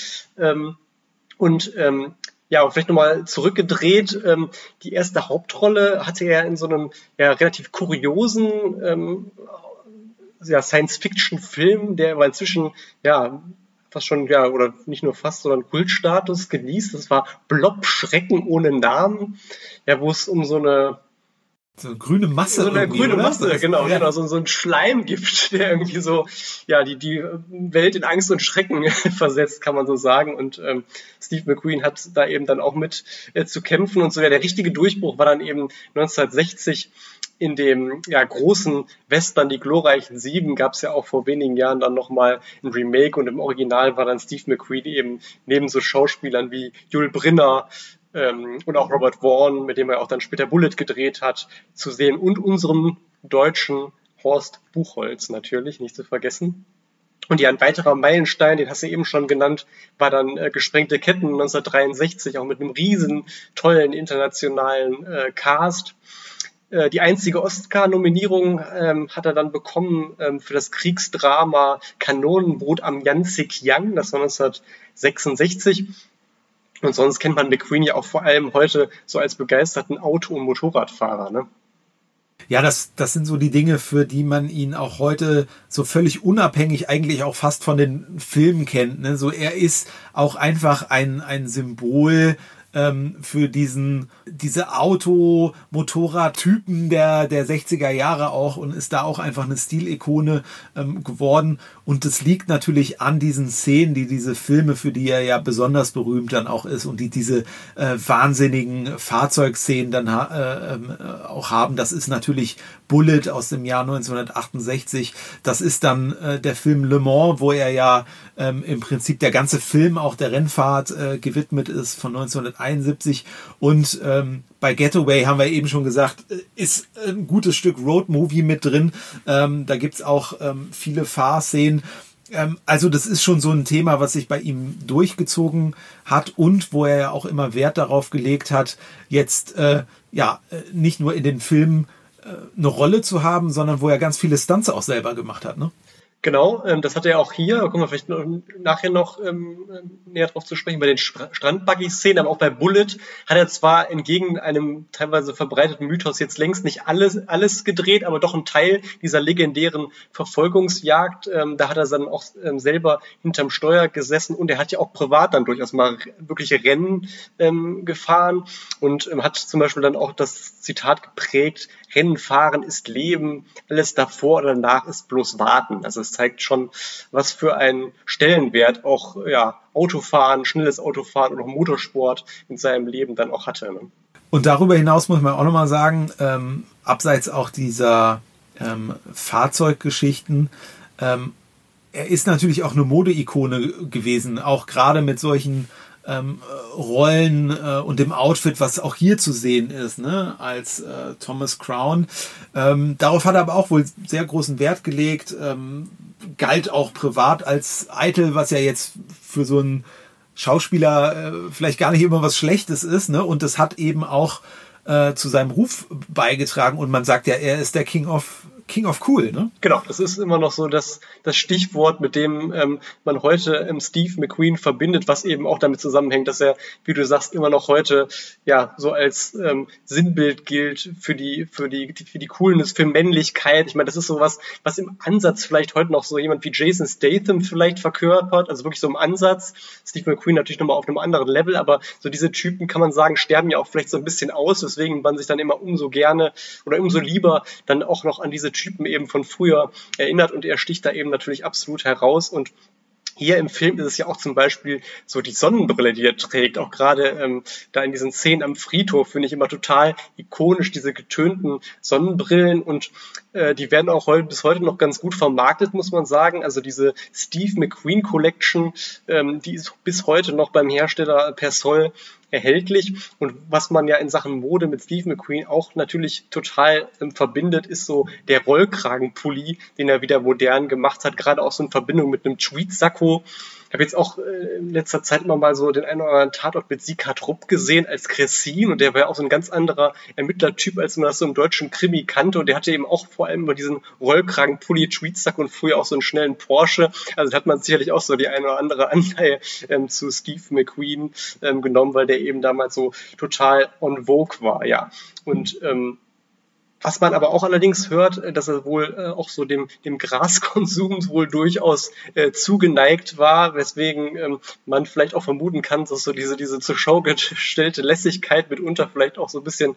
Ja, und vielleicht nochmal zurückgedreht, die erste Hauptrolle hatte er in so einem ja, relativ kuriosen Science-Fiction-Film, der war inzwischen ja fast schon, ja, oder nicht nur fast, sondern Kultstatus genießt. Das war Blob Schrecken ohne Namen, ja, wo es um so eine
grüne Masse.
So eine grüne Masse, genau, ja. Genau, so ein Schleimgift, der irgendwie so, ja, die Welt in Angst und Schrecken versetzt, kann man so sagen. Und Steve McQueen hat da eben dann auch mit zu kämpfen. Und so, ja, der richtige Durchbruch war dann eben 1960 in dem ja, großen Western Die glorreichen Sieben, gab es ja auch vor wenigen Jahren dann nochmal ein Remake und im Original war dann Steve McQueen eben neben so Schauspielern wie Yul Brynner und auch Robert Vaughn, mit dem er auch dann später Bullitt gedreht hat, zu sehen und unserem deutschen Horst Buchholz natürlich, nicht zu vergessen. Und ja, ein weiterer Meilenstein, den hast du eben schon genannt, war dann Gesprengte Ketten 1963, auch mit einem riesen tollen internationalen Cast. Die einzige Oscar-Nominierung hat er dann bekommen für das Kriegsdrama Kanonenbrot am Yangtze-Kiang, das war 1966. Und sonst kennt man McQueen ja auch vor allem heute so als begeisterten Auto- und Motorradfahrer, ne?
Ja, das sind so die Dinge, für die man ihn auch heute so völlig unabhängig eigentlich auch fast von den Filmen kennt, ne? So, er ist auch einfach ein Symbol für diese Auto-Motorrad-Typen der 60er Jahre auch und ist da auch einfach eine Stilikone geworden. Und das liegt natürlich an diesen Szenen, diese Filme, für die er ja besonders berühmt dann auch ist und die diese wahnsinnigen Fahrzeugszenen dann auch haben. Das ist natürlich Bullitt aus dem Jahr 1968. Das ist dann der Film Le Mans, wo er ja im Prinzip der ganze Film auch der Rennfahrt gewidmet ist von 1971. Und bei Getaway haben wir eben schon gesagt, ist ein gutes Stück Roadmovie mit drin. Da gibt's auch viele Fahrszenen. Also das ist schon so ein Thema, was sich bei ihm durchgezogen hat und wo er ja auch immer Wert darauf gelegt hat, jetzt nicht nur in den Filmen eine Rolle zu haben, sondern wo er ganz viele Stunts auch selber gemacht hat, ne?
Genau, das hat er auch hier, da kommen wir vielleicht nachher noch näher drauf zu sprechen, bei den Strandbuggy-Szenen, aber auch bei Bullet hat er zwar entgegen einem teilweise verbreiteten Mythos jetzt längst nicht alles gedreht, aber doch ein Teil dieser legendären Verfolgungsjagd, da hat er dann auch selber hinterm Steuer gesessen und er hat ja auch privat dann durchaus mal wirkliche Rennen gefahren und hat zum Beispiel dann auch das Zitat geprägt: Rennen fahren ist Leben, alles davor oder danach ist bloß Warten. Also es zeigt schon, was für einen Stellenwert auch Autofahren, schnelles Autofahren und auch Motorsport in seinem Leben dann auch hatte. Ne?
Und darüber hinaus muss man auch nochmal sagen, abseits auch dieser Fahrzeuggeschichten, er ist natürlich auch eine Modeikone gewesen, auch gerade mit solchen Rollen und dem Outfit, was auch hier zu sehen ist, ne, als Thomas Crown. Darauf hat er aber auch wohl sehr großen Wert gelegt, galt auch privat als eitel, was ja jetzt für so einen Schauspieler vielleicht gar nicht immer was Schlechtes ist, ne, und das hat eben auch zu seinem Ruf beigetragen und man sagt ja, er ist der King of Cool, ne?
Genau, das ist immer noch so das Stichwort, mit dem man heute Steve McQueen verbindet, was eben auch damit zusammenhängt, dass er, wie du sagst, immer noch heute so als Sinnbild gilt für die Coolness, für Männlichkeit. Ich meine, das ist sowas, was im Ansatz vielleicht heute noch so jemand wie Jason Statham vielleicht verkörpert, also wirklich so im Ansatz. Steve McQueen natürlich nochmal auf einem anderen Level, aber so diese Typen, kann man sagen, sterben ja auch vielleicht so ein bisschen aus, weswegen man sich dann immer umso gerne oder umso lieber dann auch noch an diese Typen eben von früher erinnert und er sticht da eben natürlich absolut heraus und hier im Film ist es ja auch zum Beispiel so die Sonnenbrille, die er trägt, auch gerade da in diesen Szenen am Friedhof finde ich immer total ikonisch, diese getönten Sonnenbrillen und die werden auch bis heute noch ganz gut vermarktet, muss man sagen. Also diese Steve McQueen Collection, die ist bis heute noch beim Hersteller Persol erhältlich und was man ja in Sachen Mode mit Steve McQueen auch natürlich total verbindet, ist so der Rollkragenpulli, den er wieder modern gemacht hat, gerade auch so in Verbindung mit einem Tweed-Sakko. Ich habe jetzt auch in letzter Zeit immer mal so den einen oder anderen Tatort mit Sieghard Rupp gesehen als Cressin und der war ja auch so ein ganz anderer Ermittlertyp, als man das so im deutschen Krimi kannte und der hatte eben auch vor allem über diesen Rollkragenpulli, Tweedsack und früher auch so einen schnellen Porsche. Also da hat man sicherlich auch so die eine oder andere Anleihe zu Steve McQueen genommen, weil der eben damals so total en vogue war, ja. Und was man aber auch allerdings hört, dass er wohl auch so dem Graskonsum wohl durchaus zugeneigt war, weswegen man vielleicht auch vermuten kann, dass so diese zur Schau gestellte Lässigkeit mitunter vielleicht auch so ein bisschen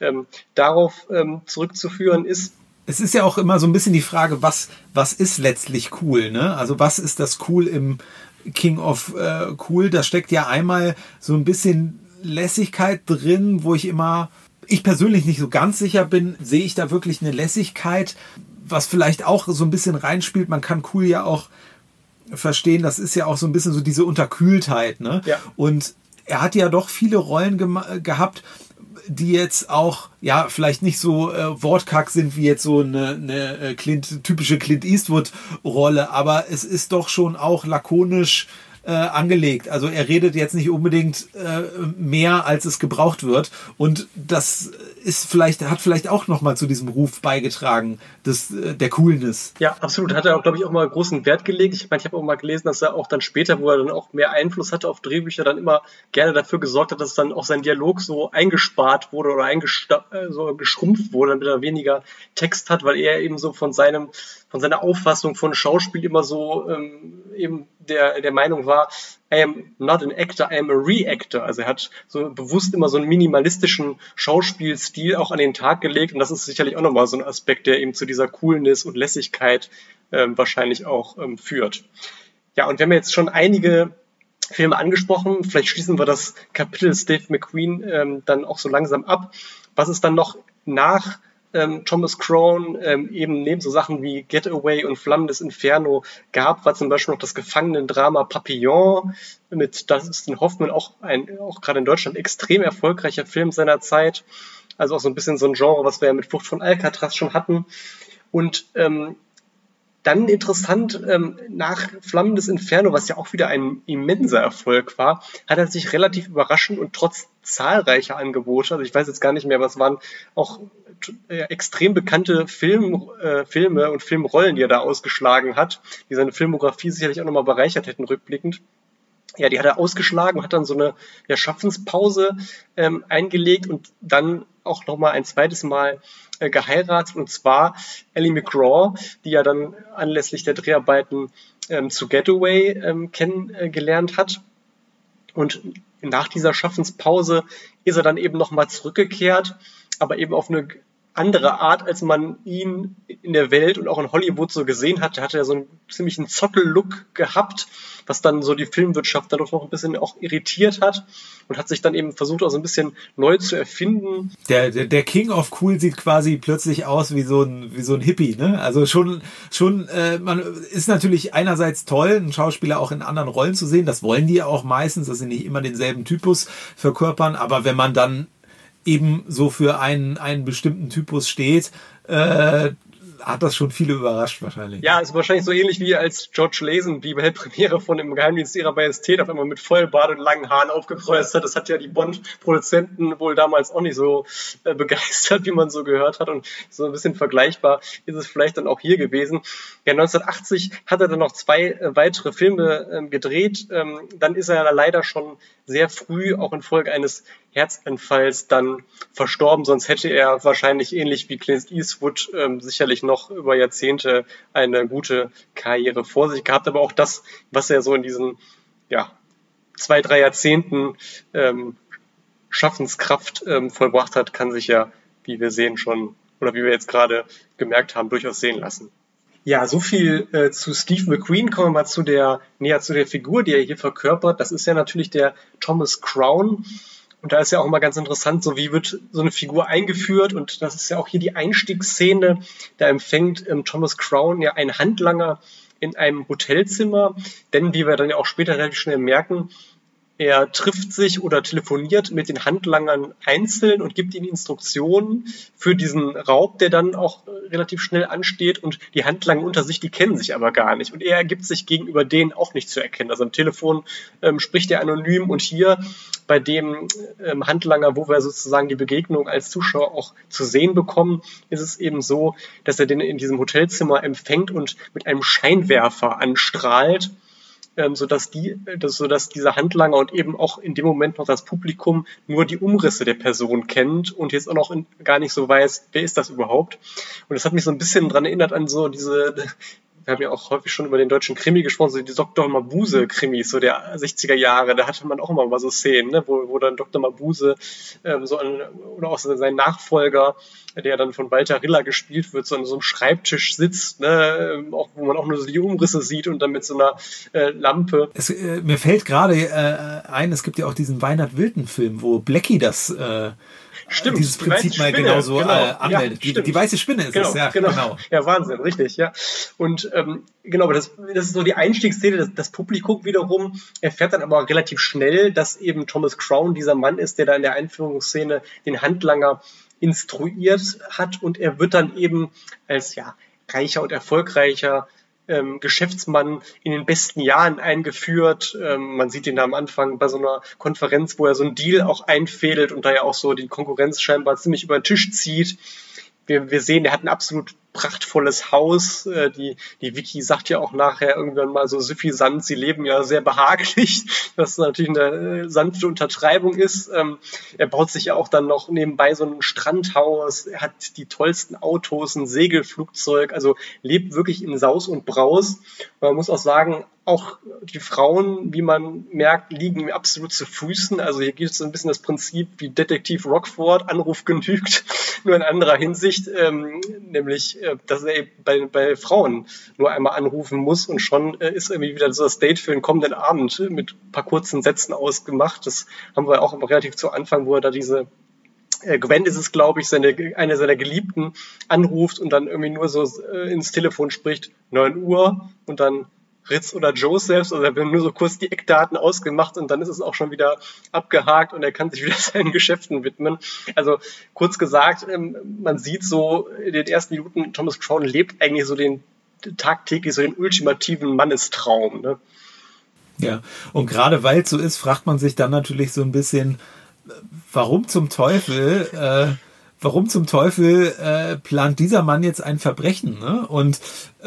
darauf zurückzuführen ist.
Es ist ja auch immer so ein bisschen die Frage, was ist letztlich cool, ne? Also was ist das cool im King of Cool? Da steckt ja einmal so ein bisschen Lässigkeit drin, wo ich persönlich nicht so ganz sicher bin, sehe ich da wirklich eine Lässigkeit, was vielleicht auch so ein bisschen reinspielt. Man kann cool ja auch verstehen, das ist ja auch so ein bisschen so diese Unterkühltheit, ne? Ja. Und er hat ja doch viele Rollen gehabt, die jetzt auch, ja, vielleicht nicht so wortkarg sind wie jetzt so eine typische Clint Eastwood-Rolle, aber es ist doch schon auch lakonisch angelegt. Also er redet jetzt nicht unbedingt mehr, als es gebraucht wird. Und das hat vielleicht auch nochmal zu diesem Ruf beigetragen, der Coolness.
Ja, absolut. Hat er auch, glaube ich, auch mal großen Wert gelegt. Ich meine, ich habe auch mal gelesen, dass er auch dann später, wo er dann auch mehr Einfluss hatte auf Drehbücher, dann immer gerne dafür gesorgt hat, dass dann auch sein Dialog so eingespart wurde oder so geschrumpft wurde, damit er weniger Text hat, weil er eben so von seiner Auffassung von Schauspiel immer so eben der Meinung war, I am not an actor, I am a reactor. Also er hat so bewusst immer so einen minimalistischen Schauspielstil auch an den Tag gelegt und das ist sicherlich auch nochmal so ein Aspekt, der eben zu dieser Coolness und Lässigkeit wahrscheinlich auch führt. Ja, und wir haben jetzt schon einige Filme angesprochen, vielleicht schließen wir das Kapitel Steve McQueen dann auch so langsam ab. Was ist dann noch nach Thomas Crown eben neben so Sachen wie Getaway und Flammendes Inferno gab, war zum Beispiel noch das Gefangenendrama Papillon mit Dustin Hoffman, auch gerade in Deutschland extrem erfolgreicher Film seiner Zeit. Also auch so ein bisschen so ein Genre, was wir ja mit Flucht von Alcatraz schon hatten. Und dann interessant, nach Flammendes Inferno, was ja auch wieder ein immenser Erfolg war, hat er sich relativ überraschend und trotz zahlreicher Angebote, also ich weiß jetzt gar nicht mehr, was waren auch extrem bekannte Filme und Filmrollen, die er da ausgeschlagen hat, die seine Filmografie sicherlich auch nochmal bereichert hätten, rückblickend. Ja, die hat er ausgeschlagen und hat dann so eine Schaffenspause eingelegt und dann auch nochmal ein zweites Mal geheiratet, und zwar Ally McGraw, die ja dann anlässlich der Dreharbeiten zu Getaway kennengelernt hat. Und nach dieser Schaffenspause ist er dann eben nochmal zurückgekehrt, aber eben auf eine andere Art, als man ihn in der Welt und auch in Hollywood so gesehen hat. Da hatte er so einen ziemlichen Zottel-Look gehabt, was dann so die Filmwirtschaft dadurch noch ein bisschen auch irritiert hat, und hat sich dann eben versucht, auch so ein bisschen neu zu erfinden.
Der King of Cool sieht quasi plötzlich aus wie so ein Hippie, ne? Also schon, man ist natürlich einerseits toll, einen Schauspieler auch in anderen Rollen zu sehen. Das wollen die auch meistens, dass sie nicht immer denselben Typus verkörpern. Aber wenn man dann eben so für einen bestimmten Typus steht, hat das schon viele überrascht wahrscheinlich.
Ja, ist wahrscheinlich so ähnlich wie als George Lazenby bei der Premiere von Im Geheimdienst ihrer Majestät auf einmal mit Vollbart und langen Haaren aufgekreuzt hat. Das hat ja die Bond-Produzenten wohl damals auch nicht so begeistert, wie man so gehört hat, und so ein bisschen vergleichbar ist es vielleicht dann auch hier gewesen. Ja, 1980 hat er dann noch 2 weitere Filme gedreht. Dann ist er leider schon sehr früh, auch infolge eines Herzanfalls, dann verstorben. Sonst hätte er wahrscheinlich ähnlich wie Clint Eastwood sicherlich noch über Jahrzehnte eine gute Karriere vor sich gehabt. Aber auch das, was er so in diesen 2-3 Jahrzehnten Schaffenskraft vollbracht hat, kann sich ja, wie wir sehen schon, oder wie wir jetzt gerade gemerkt haben, durchaus sehen lassen. Ja, so viel zu Steve McQueen. Kommen wir mal näher zu der Figur, die er hier verkörpert. Das ist ja natürlich der Thomas Crown. Und da ist ja auch immer ganz interessant, so wie wird so eine Figur eingeführt. Und das ist ja auch hier die Einstiegsszene. Da empfängt Thomas Crown ja einen Handlanger in einem Hotelzimmer. Denn, wie wir dann ja auch später relativ schnell merken, er trifft sich oder telefoniert mit den Handlangern einzeln und gibt ihnen Instruktionen für diesen Raub, der dann auch relativ schnell ansteht. Und die Handlanger unter sich, die kennen sich aber gar nicht. Und er gibt sich gegenüber denen auch nicht zu erkennen. Also am Telefon spricht er anonym, und hier bei dem Handlanger, wo wir sozusagen die Begegnung als Zuschauer auch zu sehen bekommen, ist es eben so, dass er den in diesem Hotelzimmer empfängt und mit einem Scheinwerfer anstrahlt, sodass dieser Handlanger und eben auch in dem Moment noch das Publikum nur die Umrisse der Person kennt und jetzt auch noch gar nicht so weiß, wer ist das überhaupt. Und das hat mich so ein bisschen daran erinnert an so wir haben ja auch häufig schon über den deutschen Krimi gesprochen, so die Dr. Mabuse-Krimis, so der 60er Jahre, da hatte man auch immer mal so Szenen, ne, wo dann Dr. Mabuse oder auch sein Nachfolger, der dann von Walter Riller gespielt wird, so an so einem Schreibtisch sitzt, ne, auch, wo man auch nur so die Umrisse sieht und dann mit so einer Lampe.
Mir fällt gerade ein, es gibt ja auch diesen Weinert-Wilton-Film, wo Blackie das
Stimmt,
dieses Prinzip mal genauso anmeldet.
Ja,
die weiße Spinne ist es, ja.
Genau. Ja, Wahnsinn, richtig, ja. Und aber das ist so die Einstiegsszene. Das Publikum wiederum erfährt dann aber relativ schnell, dass eben Thomas Crown dieser Mann ist, der da in der Einführungsszene den Handlanger instruiert hat, und er wird dann eben als reicher und erfolgreicher Geschäftsmann in den besten Jahren eingeführt. Man sieht ihn da am Anfang bei so einer Konferenz, wo er so einen Deal auch einfädelt und da ja auch so die Konkurrenz scheinbar ziemlich über den Tisch zieht. Wir sehen, er hat ein absolut prachtvolles Haus. Die Vicky sagt ja auch nachher irgendwann mal so suffisant, sie leben ja sehr behaglich, was natürlich eine sanfte Untertreibung ist. Er baut sich ja auch dann noch nebenbei so ein Strandhaus, er hat die tollsten Autos, ein Segelflugzeug, also lebt wirklich in Saus und Braus. Und man muss auch sagen, auch die Frauen, wie man merkt, liegen ihm absolut zu Füßen. Also hier gibt es so ein bisschen das Prinzip wie Detektiv Rockford, Anruf genügt, nur in anderer Hinsicht, nämlich, dass er bei Frauen nur einmal anrufen muss und schon ist irgendwie wieder so das Date für den kommenden Abend mit ein paar kurzen Sätzen ausgemacht. Das haben wir auch relativ zu Anfang, wo er da diese Gwen ist es, glaube ich, eine seiner Geliebten anruft und dann irgendwie nur so ins Telefon spricht, 9 Uhr und dann Ritz oder Joseph, also wir haben nur so kurz die Eckdaten ausgemacht und dann ist es auch schon wieder abgehakt und er kann sich wieder seinen Geschäften widmen. Also kurz gesagt, man sieht so in den ersten Minuten, Thomas Crown lebt eigentlich so tagtäglich so den ultimativen Mannestraum. Ne?
Ja, und gerade weil es so ist, fragt man sich dann natürlich so ein bisschen, warum zum Teufel warum zum Teufel plant dieser Mann jetzt ein Verbrechen, ne? Und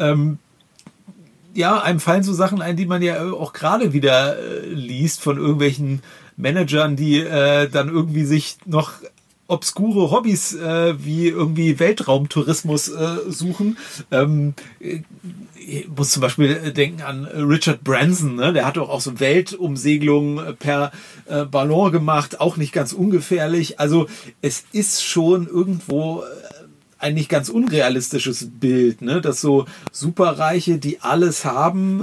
ja, einem fallen so Sachen ein, die man ja auch gerade wieder liest von irgendwelchen Managern, die dann irgendwie sich noch obskure Hobbys wie irgendwie Weltraumtourismus suchen. Ich muss zum Beispiel denken an Richard Branson, ne? Der hat doch auch so Weltumsegelungen per Ballon gemacht, auch nicht ganz ungefährlich. Also es ist schon irgendwo ein nicht ganz unrealistisches Bild, ne? Dass so Superreiche, die alles haben,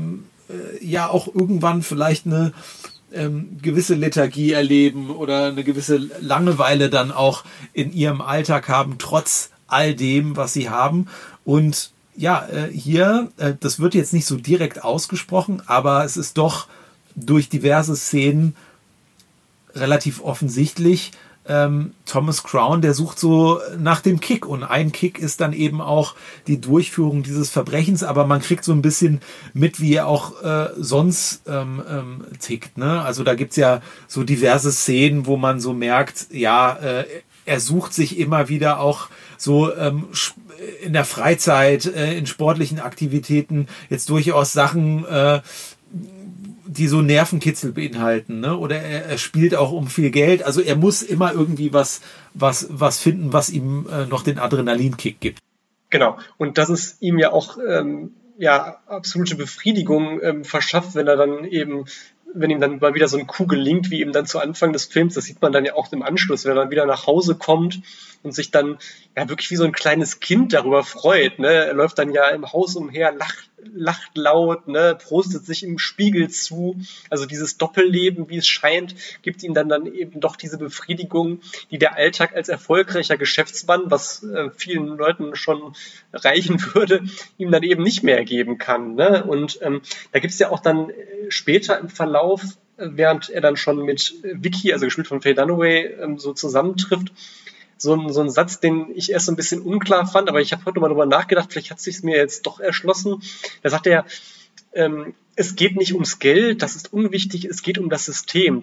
ja auch irgendwann vielleicht eine gewisse Lethargie erleben oder eine gewisse Langeweile dann auch in ihrem Alltag haben, trotz all dem, was sie haben. Und ja, hier, das wird jetzt nicht so direkt ausgesprochen, aber es ist doch durch diverse Szenen relativ offensichtlich, Thomas Crown, der sucht so nach dem Kick, und ein Kick ist dann eben auch die Durchführung dieses Verbrechens, aber man kriegt so ein bisschen mit, wie er auch sonst tickt, ne? Also da gibt's ja so diverse Szenen, wo man so merkt, ja, er sucht sich immer wieder auch so in der Freizeit, in sportlichen Aktivitäten jetzt durchaus Sachen, die so Nervenkitzel beinhalten, ne? Oder er spielt auch um viel Geld. Also er muss immer irgendwie was finden, was ihm noch den Adrenalinkick gibt.
Genau. Und das ist ihm ja auch absolute Befriedigung verschafft, wenn ihm dann mal wieder so ein Coup gelingt, wie ihm dann zu Anfang des Films. Das sieht man dann ja auch im Anschluss, wenn er dann wieder nach Hause kommt und sich dann ja wirklich wie so ein kleines Kind darüber freut, ne? Er läuft dann ja im Haus umher, lacht laut, ne, prostet sich im Spiegel zu. Also dieses Doppelleben, wie es scheint, gibt ihm dann eben doch diese Befriedigung, die der Alltag als erfolgreicher Geschäftsmann, was vielen Leuten schon reichen würde, ihm dann eben nicht mehr geben kann, ne? Und da gibt es ja auch dann später im Verlauf, während er dann schon mit Vicky, also gespielt von Faye Dunaway, so zusammentrifft, so ein Satz, den ich erst so ein bisschen unklar fand, aber ich habe heute mal drüber nachgedacht, vielleicht hat es sich mir jetzt doch erschlossen. Da sagt er, es geht nicht ums Geld, das ist unwichtig, es geht um das System.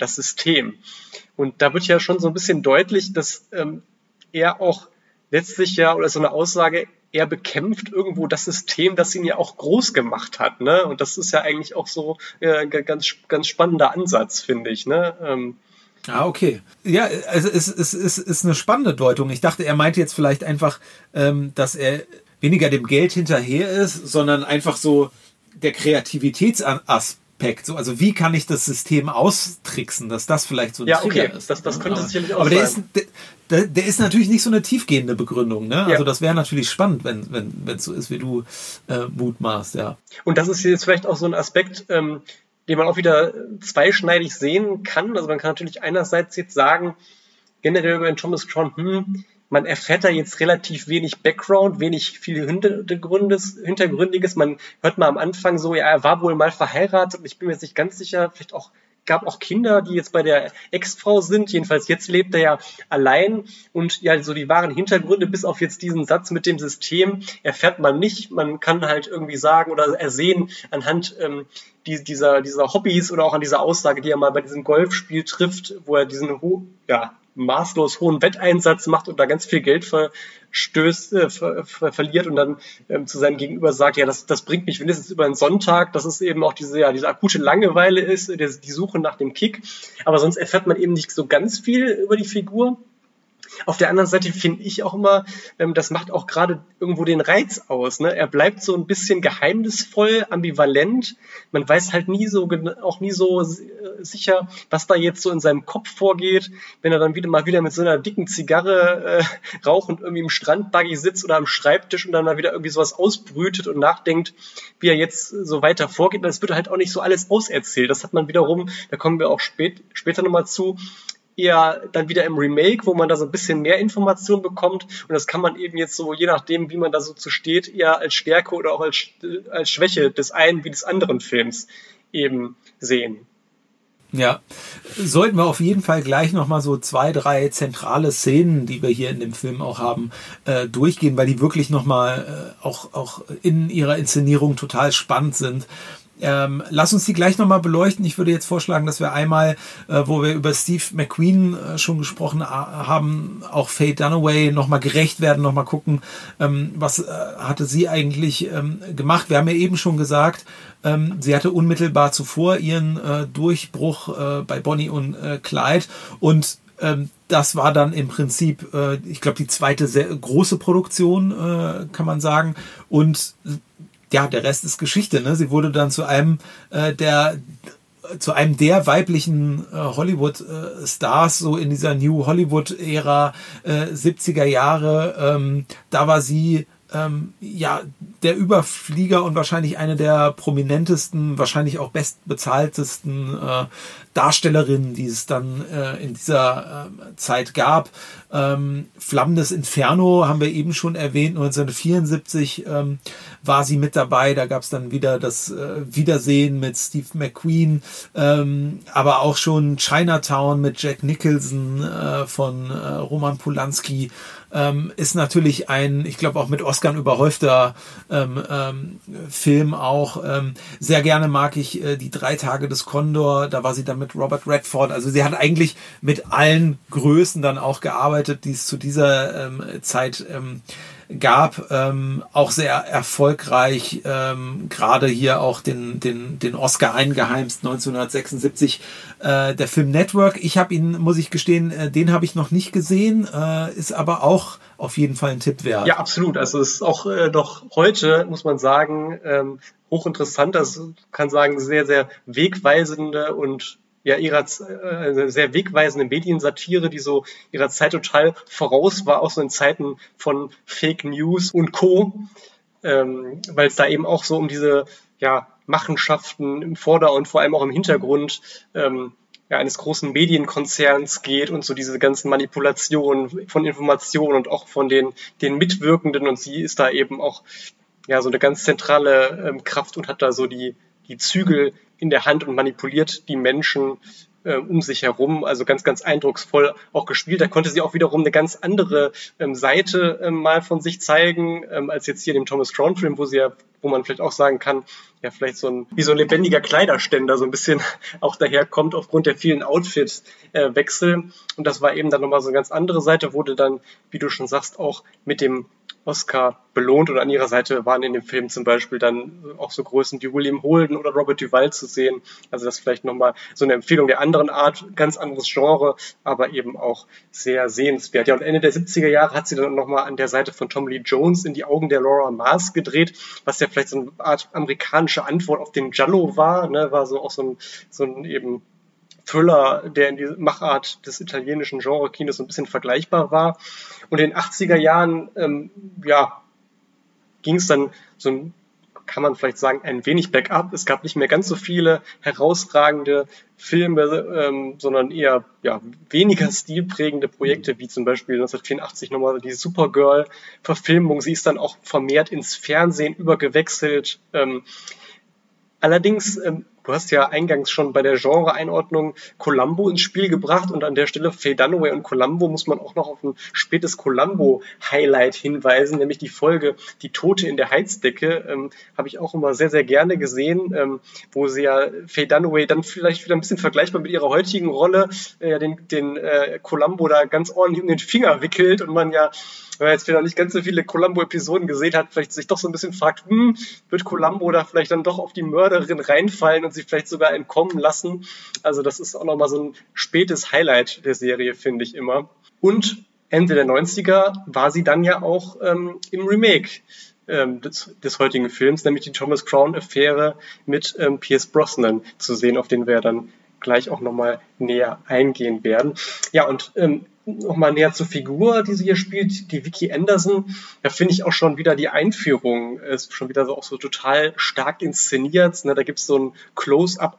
Und da wird ja schon so ein bisschen deutlich, dass er auch letztlich ja, oder so eine Aussage, er bekämpft irgendwo das System, das ihn ja auch groß gemacht hat, ne? Und das ist ja eigentlich auch so ein ganz, ganz spannender Ansatz, finde ich, ne?
Okay. Ja, also es ist eine spannende Deutung. Ich dachte, er meinte jetzt vielleicht einfach, dass er weniger dem Geld hinterher ist, sondern einfach so der Kreativitätsaspekt. So, also wie kann ich das System austricksen, dass das vielleicht so ein Trigger ist.
Das könnte sicherlich auch
aber
sein.
Der ist natürlich nicht so eine tiefgehende Begründung, ne?
Ja.
Also das wäre natürlich spannend, wenn es so ist, wie du mutmaßt, ja.
Und das ist jetzt vielleicht auch so ein Aspekt, den man auch wieder zweischneidig sehen kann. Also man kann natürlich einerseits jetzt sagen, generell über den Thomas Crown, man erfährt da jetzt relativ wenig Background, wenig viel Hintergründiges. Man hört mal am Anfang so, ja, er war wohl mal verheiratet und ich bin mir jetzt nicht ganz sicher, gab auch Kinder, die jetzt bei der Ex-Frau sind. Jedenfalls jetzt lebt er ja allein und ja, so die wahren Hintergründe bis auf jetzt diesen Satz mit dem System erfährt man nicht. Man kann halt irgendwie sagen oder ersehen anhand dieser Hobbys oder auch an dieser Aussage, die er mal bei diesem Golfspiel trifft, wo er diesen maßlos hohen Wetteinsatz macht und da ganz viel Geld verliert und dann zu seinem Gegenüber sagt, ja, das bringt mich wenigstens über einen Sonntag, dass es eben auch diese akute Langeweile ist, die Suche nach dem Kick. Aber sonst erfährt man eben nicht so ganz viel über die Figur. Auf der anderen Seite finde ich auch immer, das macht auch gerade irgendwo den Reiz aus, ne? Er bleibt so ein bisschen geheimnisvoll, ambivalent. Man weiß halt nie so sicher, was da jetzt so in seinem Kopf vorgeht, wenn er dann mal wieder mit so einer dicken Zigarre rauchend irgendwie im Strandbuggy sitzt oder am Schreibtisch und dann mal wieder irgendwie sowas ausbrütet und nachdenkt, wie er jetzt so weiter vorgeht. Das wird halt auch nicht so alles auserzählt. Das hat man wiederum, da kommen wir auch später nochmal zu, eher dann wieder im Remake, wo man da so ein bisschen mehr Informationen bekommt und das kann man eben jetzt so, je nachdem, wie man da so zu steht, eher als Stärke oder auch als Schwäche des einen wie des anderen Films eben sehen.
Ja, sollten wir auf jeden Fall gleich nochmal so 2, 3 zentrale Szenen, die wir hier in dem Film auch haben, durchgehen, weil die wirklich nochmal auch in ihrer Inszenierung total spannend sind. Lass uns die gleich nochmal beleuchten. Ich würde jetzt vorschlagen, dass wir einmal, wo wir über Steve McQueen schon gesprochen haben, auch Faye Dunaway nochmal gerecht werden, nochmal gucken, was hatte sie eigentlich gemacht. Wir haben ja eben schon gesagt, sie hatte unmittelbar zuvor ihren Durchbruch bei Bonnie und Clyde und das war dann im Prinzip, ich glaube, die zweite sehr große Produktion, kann man sagen. Und ja, der Rest ist Geschichte. Ne? Sie wurde dann zu einem der weiblichen Hollywood-Stars, so in dieser New Hollywood-Ära 70er Jahre. Da war sie der Überflieger und wahrscheinlich eine der prominentesten, wahrscheinlich auch bestbezahltesten Darstellerinnen, die es dann in dieser Zeit gab. Flammendes Inferno haben wir eben schon erwähnt, 1974 war sie mit dabei, da gab es dann wieder das Wiedersehen mit Steve McQueen, aber auch schon Chinatown mit Jack Nicholson von Roman Polanski, ist natürlich ein, ich glaube auch mit Oscar überhäufter Film auch. Sehr gerne mag ich die 3 Tage des Kondor, da war sie dann mit Robert Redford, also sie hat eigentlich mit allen Größen dann auch gearbeitet, die es zu dieser Zeit gab, auch sehr erfolgreich, gerade hier auch den Oscar eingeheimst 1976, der Film Network. Ich habe ihn, muss ich gestehen, den habe ich noch nicht gesehen, ist aber auch auf jeden Fall ein Tipp wert.
Ja, absolut. Also es ist auch noch heute, muss man sagen, hochinteressant. Also kann sagen, sehr, sehr wegweisende und ja, eine sehr wegweisende Mediensatire, die so ihrer Zeit total voraus war, auch so in Zeiten von Fake News und Co., weil es da eben auch so um diese Machenschaften im Vorder- und vor allem auch im Hintergrund eines großen Medienkonzerns geht und so diese ganzen Manipulationen von Informationen und auch von den Mitwirkenden, und sie ist da eben auch so eine ganz zentrale Kraft und hat da so die Zügel in der Hand und manipuliert die Menschen um sich herum, also ganz, ganz eindrucksvoll auch gespielt. Da konnte sie auch wiederum eine ganz andere Seite mal von sich zeigen, als jetzt hier in dem Thomas Crown-Film, wo man vielleicht auch sagen kann, vielleicht wie so ein lebendiger Kleiderständer so ein bisschen auch daherkommt aufgrund der vielen Outfit-Wechsel. Und das war eben dann nochmal so eine ganz andere Seite, wurde dann, wie du schon sagst, auch mit dem Oscar belohnt, und an ihrer Seite waren in dem Film zum Beispiel dann auch so Größen wie William Holden oder Robert Duvall zu sehen. Also das vielleicht nochmal so eine Empfehlung der anderen Art, ganz anderes Genre, aber eben auch sehr sehenswert. Ja, und Ende der 70er Jahre hat sie dann nochmal an der Seite von Tommy Lee Jones in die Augen der Laura Mars gedreht, was ja vielleicht so eine Art amerikanische Antwort auf den Giallo war, ne? War so auch so ein eben Thriller, der in die Machart des italienischen Genre-Kinos so ein bisschen vergleichbar war. Und in den 80er Jahren ging es dann so, kann man vielleicht sagen, ein wenig bergab. Es gab nicht mehr ganz so viele herausragende Filme, sondern eher weniger stilprägende Projekte, wie zum Beispiel 1984 nochmal die Supergirl-Verfilmung. Sie ist dann auch vermehrt ins Fernsehen übergewechselt. Allerdings, du hast ja eingangs schon bei der Genre-Einordnung Columbo ins Spiel gebracht, und an der Stelle Faye Dunaway und Columbo muss man auch noch auf ein spätes Columbo-Highlight hinweisen, nämlich die Folge Die Tote in der Heizdecke, habe ich auch immer sehr, sehr gerne gesehen, wo sie ja Faye Dunaway dann vielleicht wieder ein bisschen vergleichbar mit ihrer heutigen Rolle den Columbo da ganz ordentlich um den Finger wickelt, und man wenn man jetzt vielleicht nicht ganz so viele Columbo-Episoden gesehen hat, vielleicht sich doch so ein bisschen fragt, wird Columbo da vielleicht dann doch auf die Mörderin reinfallen und sie vielleicht sogar entkommen lassen? Also das ist auch nochmal so ein spätes Highlight der Serie, finde ich immer. Und Ende der 90er war sie dann ja auch im Remake des heutigen Films, nämlich die Thomas Crown-Affäre mit Pierce Brosnan zu sehen, auf den wir dann gleich auch nochmal näher eingehen werden. Ja, und nochmal näher zur Figur, die sie hier spielt, die Vicki Anderson. Da finde ich auch schon wieder die Einführung ist schon wieder so auch so total stark inszeniert. Ne? Da gibt es so ein Close-up auf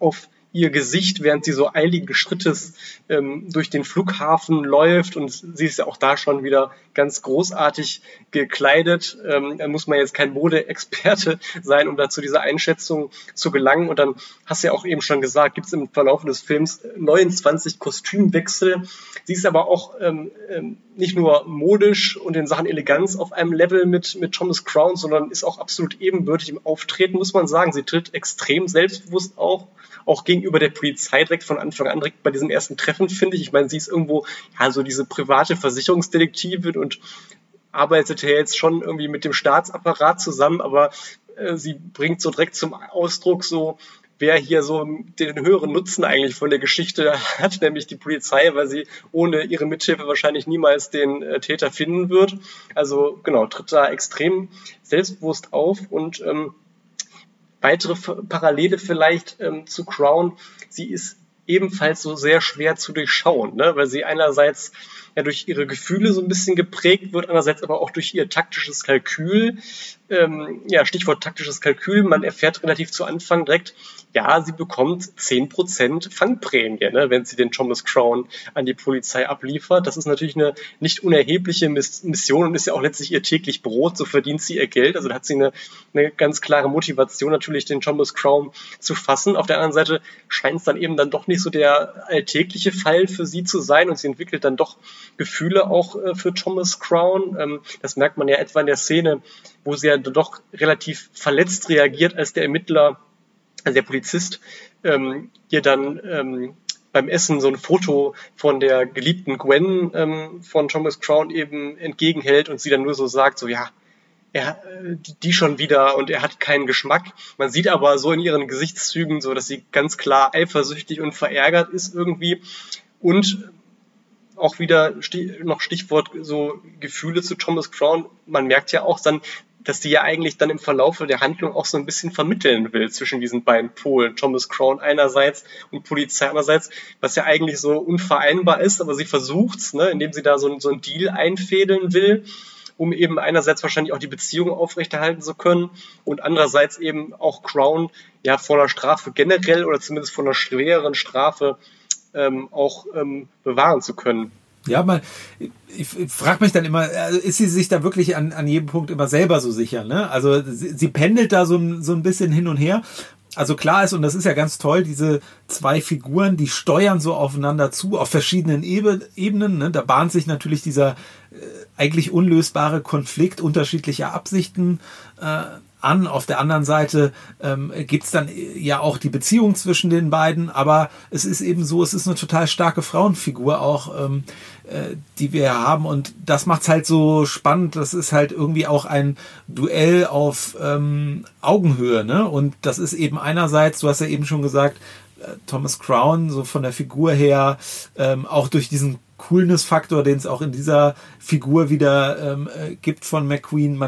ihr Gesicht, während sie so eiligen Schrittes durch den Flughafen läuft, und sie ist ja auch da schon wieder ganz großartig gekleidet. Da muss man jetzt kein Modeexperte sein, um da zu dieser Einschätzung zu gelangen. Und dann hast du ja auch eben schon gesagt, gibt es im Verlauf des Films 29 Kostümwechsel. Sie ist aber auch nicht nur modisch und in Sachen Eleganz auf einem Level mit Thomas Crown, sondern ist auch absolut ebenbürtig im Auftreten, muss man sagen. Sie tritt extrem selbstbewusst auf, auch gegenüber der Polizei direkt von Anfang an, direkt bei diesem ersten Treffen, finde ich. Ich meine, sie ist irgendwo ja so diese private Versicherungsdetektivin und arbeitet ja jetzt schon irgendwie mit dem Staatsapparat zusammen, aber sie bringt so direkt zum Ausdruck so, wer hier so den höheren Nutzen eigentlich von der Geschichte hat, nämlich die Polizei, weil sie ohne ihre Mithilfe wahrscheinlich niemals den Täter finden wird. Also genau, tritt da extrem selbstbewusst auf. Und weitere Parallele vielleicht zu Crown, sie ist ebenfalls so sehr schwer zu durchschauen, ne? Weil sie einerseits ja durch ihre Gefühle so ein bisschen geprägt wird, andererseits aber auch durch ihr taktisches Kalkül. Stichwort taktisches Kalkül, man erfährt relativ zu Anfang direkt, ja, sie bekommt 10% Fangprämie, ne, wenn sie den Thomas Crown an die Polizei abliefert. Das ist natürlich eine nicht unerhebliche Mission und ist ja auch letztlich ihr täglich Brot, so verdient sie ihr Geld. Also da hat sie eine ganz klare Motivation, natürlich den Thomas Crown zu fassen. Auf der anderen Seite scheint es dann eben dann doch nicht so der alltägliche Fall für sie zu sein und sie entwickelt dann doch Gefühle auch für Thomas Crown. Das merkt man ja etwa in der Szene, wo sie ja doch relativ verletzt reagiert, als der Ermittler, also der Polizist, ihr dann beim Essen so ein Foto von der geliebten Gwen von Thomas Crown eben entgegenhält und sie dann nur so sagt, so ja, die schon wieder und er hat keinen Geschmack. Man sieht aber so in ihren Gesichtszügen so, dass sie ganz klar eifersüchtig und verärgert ist irgendwie. Und auch wieder noch Stichwort so Gefühle zu Thomas Crown. Man merkt ja auch dann, dass die ja eigentlich dann im Verlauf der Handlung auch so ein bisschen vermitteln will zwischen diesen beiden Polen. Thomas Crown einerseits und Polizei andererseits, was ja eigentlich so unvereinbar ist, aber sie versucht's, ne, indem sie da so einen Deal einfädeln will, um eben einerseits wahrscheinlich auch die Beziehung aufrechterhalten zu können und andererseits eben auch Crown ja vor einer Strafe generell oder zumindest vor einer schwereren Strafe auch bewahren zu können.
Ja, ich frage mich dann immer, ist sie sich da wirklich an jedem Punkt immer selber so sicher? Ne? Also sie pendelt da so ein bisschen hin und her. Also klar ist, und das ist ja ganz toll, diese zwei Figuren, die steuern so aufeinander zu, auf verschiedenen Ebenen. Ne? Da bahnt sich natürlich dieser eigentlich unlösbare Konflikt unterschiedlicher Absichten an. Auf der anderen Seite gibt's dann ja auch die Beziehung zwischen den beiden, aber es ist eben so, es ist eine total starke Frauenfigur auch, die wir haben und das macht's halt so spannend. Das ist halt irgendwie auch ein Duell auf Augenhöhe, ne? Und das ist eben einerseits, du hast ja eben schon gesagt, Thomas Crown, so von der Figur her, auch durch diesen Coolness-Faktor, den es auch in dieser Figur wieder gibt von McQueen,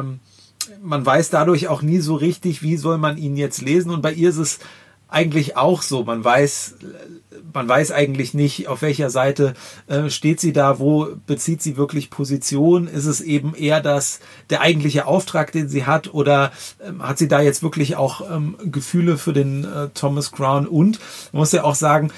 man weiß dadurch auch nie so richtig, wie soll man ihn jetzt lesen. Und bei ihr ist es eigentlich auch so. Man weiß eigentlich nicht, auf welcher Seite steht sie da, wo bezieht sie wirklich Position. Ist es eben eher der eigentliche Auftrag, den sie hat, oder hat sie da jetzt wirklich auch Gefühle für den Thomas Crown? Und man muss ja auch sagen,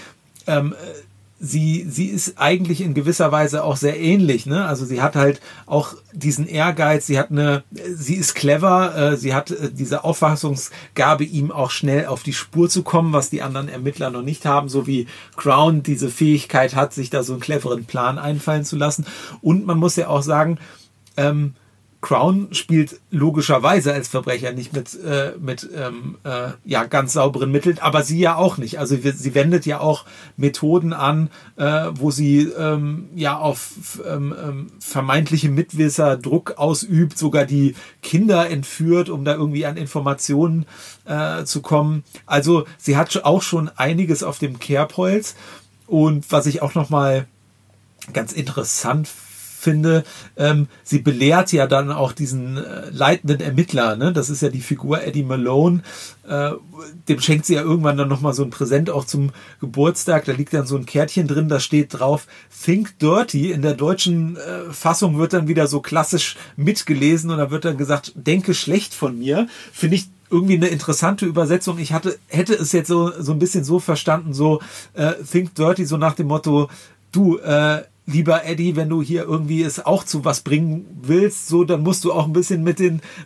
sie ist eigentlich in gewisser Weise auch sehr ähnlich, ne? Also sie hat halt auch diesen Ehrgeiz, sie ist clever, sie hat diese Auffassungsgabe, ihm auch schnell auf die Spur zu kommen, was die anderen Ermittler noch nicht haben, so wie Crown diese Fähigkeit hat, sich da so einen cleveren Plan einfallen zu lassen. Und man muss ja auch sagen, Crown spielt logischerweise als Verbrecher nicht mit ganz sauberen Mitteln, aber sie ja auch nicht. Also sie wendet ja auch Methoden an, wo sie auf vermeintliche Mitwisser Druck ausübt, sogar die Kinder entführt, um da irgendwie an Informationen zu kommen. Also sie hat auch schon einiges auf dem Kerbholz. Und was ich auch nochmal ganz interessant finde, sie belehrt ja dann auch diesen leitenden Ermittler, ne? Das ist ja die Figur Eddie Malone, dem schenkt sie ja irgendwann dann nochmal so ein Präsent auch zum Geburtstag, da liegt dann so ein Kärtchen drin, da steht drauf Think Dirty, in der deutschen Fassung wird dann wieder so klassisch mitgelesen und da wird dann gesagt, denke schlecht von mir, finde ich irgendwie eine interessante Übersetzung. Ich hätte es jetzt so ein bisschen so verstanden, so Think Dirty, so nach dem Motto, du, lieber Eddie, wenn du hier irgendwie es auch zu was bringen willst, so, dann musst du auch ein bisschen mit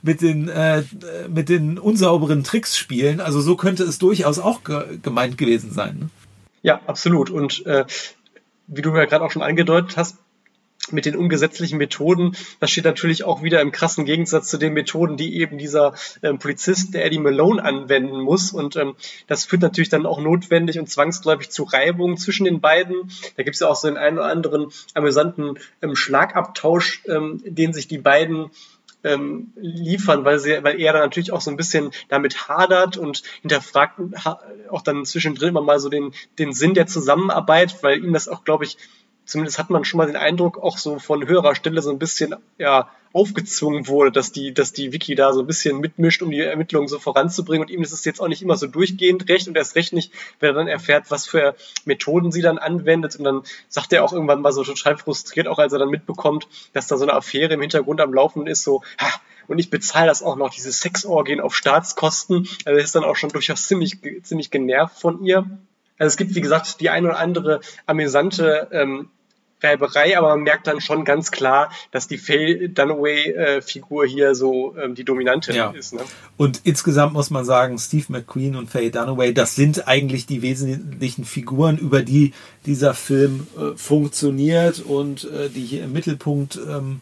den unsauberen Tricks spielen. Also so könnte es durchaus auch gemeint gewesen sein. Ne?
Ja, absolut. Und wie du ja gerade auch schon angedeutet hast, mit den ungesetzlichen Methoden, das steht natürlich auch wieder im krassen Gegensatz zu den Methoden, die eben dieser Polizist, der Eddie Malone, anwenden muss. Und das führt natürlich dann auch notwendig und zwangsläufig zu Reibungen zwischen den beiden. Da gibt es ja auch so den einen oder anderen amüsanten Schlagabtausch, den sich die beiden liefern, weil er dann natürlich auch so ein bisschen damit hadert und hinterfragt auch dann zwischendrin immer mal so den Sinn der Zusammenarbeit, weil ihm das auch, glaube ich, zumindest hat man schon mal den Eindruck, auch so von höherer Stelle so ein bisschen aufgezwungen wurde, dass die Vicky da so ein bisschen mitmischt, um die Ermittlungen so voranzubringen. Und ihm ist es jetzt auch nicht immer so durchgehend recht und erst recht nicht, wenn er dann erfährt, was für Methoden sie dann anwendet. Und dann sagt er auch irgendwann mal so total frustriert, auch als er dann mitbekommt, dass da so eine Affäre im Hintergrund am Laufen ist, so, und ich bezahle das auch noch, diese Sexorgien auf Staatskosten. Also er ist dann auch schon durchaus ziemlich genervt von ihr. Also es gibt, wie gesagt, die eine oder andere amüsante Reiberei, aber man merkt dann schon ganz klar, dass die Faye Dunaway-Figur hier so die dominante ist. Ne?
Und insgesamt muss man sagen, Steve McQueen und Faye Dunaway, das sind eigentlich die wesentlichen Figuren, über die dieser Film funktioniert und die hier im Mittelpunkt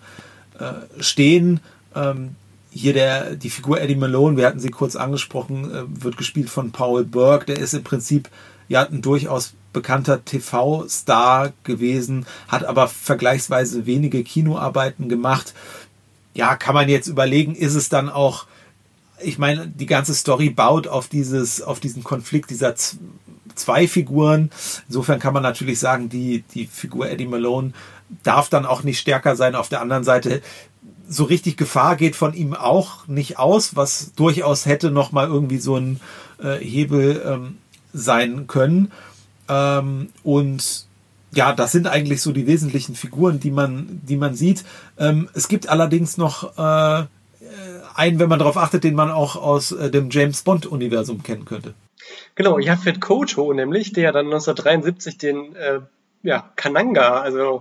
stehen. Hier die Figur Eddie Malone, wir hatten sie kurz angesprochen, wird gespielt von Paul Burke, der ist im Prinzip ein durchaus bekannter TV-Star gewesen, hat aber vergleichsweise wenige Kinoarbeiten gemacht. Ja, kann man jetzt überlegen, ist es dann auch, ich meine, die ganze Story baut auf diesen Konflikt dieser zwei Figuren. Insofern kann man natürlich sagen, die Figur Eddie Malone darf dann auch nicht stärker sein. Auf der anderen Seite, so richtig Gefahr geht von ihm auch nicht aus, was durchaus hätte noch mal irgendwie so ein Hebel sein können. Und ja, das sind eigentlich so die wesentlichen Figuren, die man sieht. Es gibt allerdings noch einen, wenn man darauf achtet, den man auch aus dem James Bond-Universum kennen könnte.
Genau, Yaphet Kotto nämlich, der dann 1973 den Kananga, also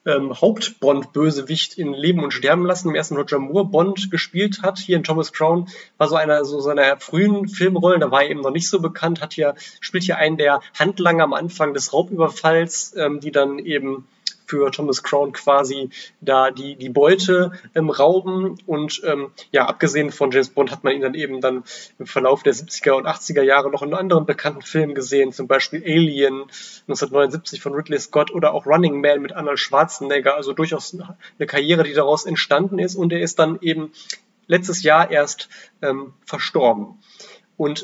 Hauptbond-Bösewicht in Leben und Sterben lassen, im ersten Roger Moore Bond gespielt hat. Hier in Thomas Crown war so einer seiner frühen Filmrollen, da war er eben noch nicht so bekannt, spielt hier einen der Handlanger am Anfang des Raubüberfalls, die dann eben für Thomas Crown quasi da die Beute rauben und abgesehen von James Bond hat man ihn dann eben dann im Verlauf der 70er und 80er Jahre noch in anderen bekannten Filmen gesehen, zum Beispiel Alien 1979 von Ridley Scott oder auch Running Man mit Arnold Schwarzenegger, also durchaus eine Karriere, die daraus entstanden ist und er ist dann eben letztes Jahr erst verstorben. Und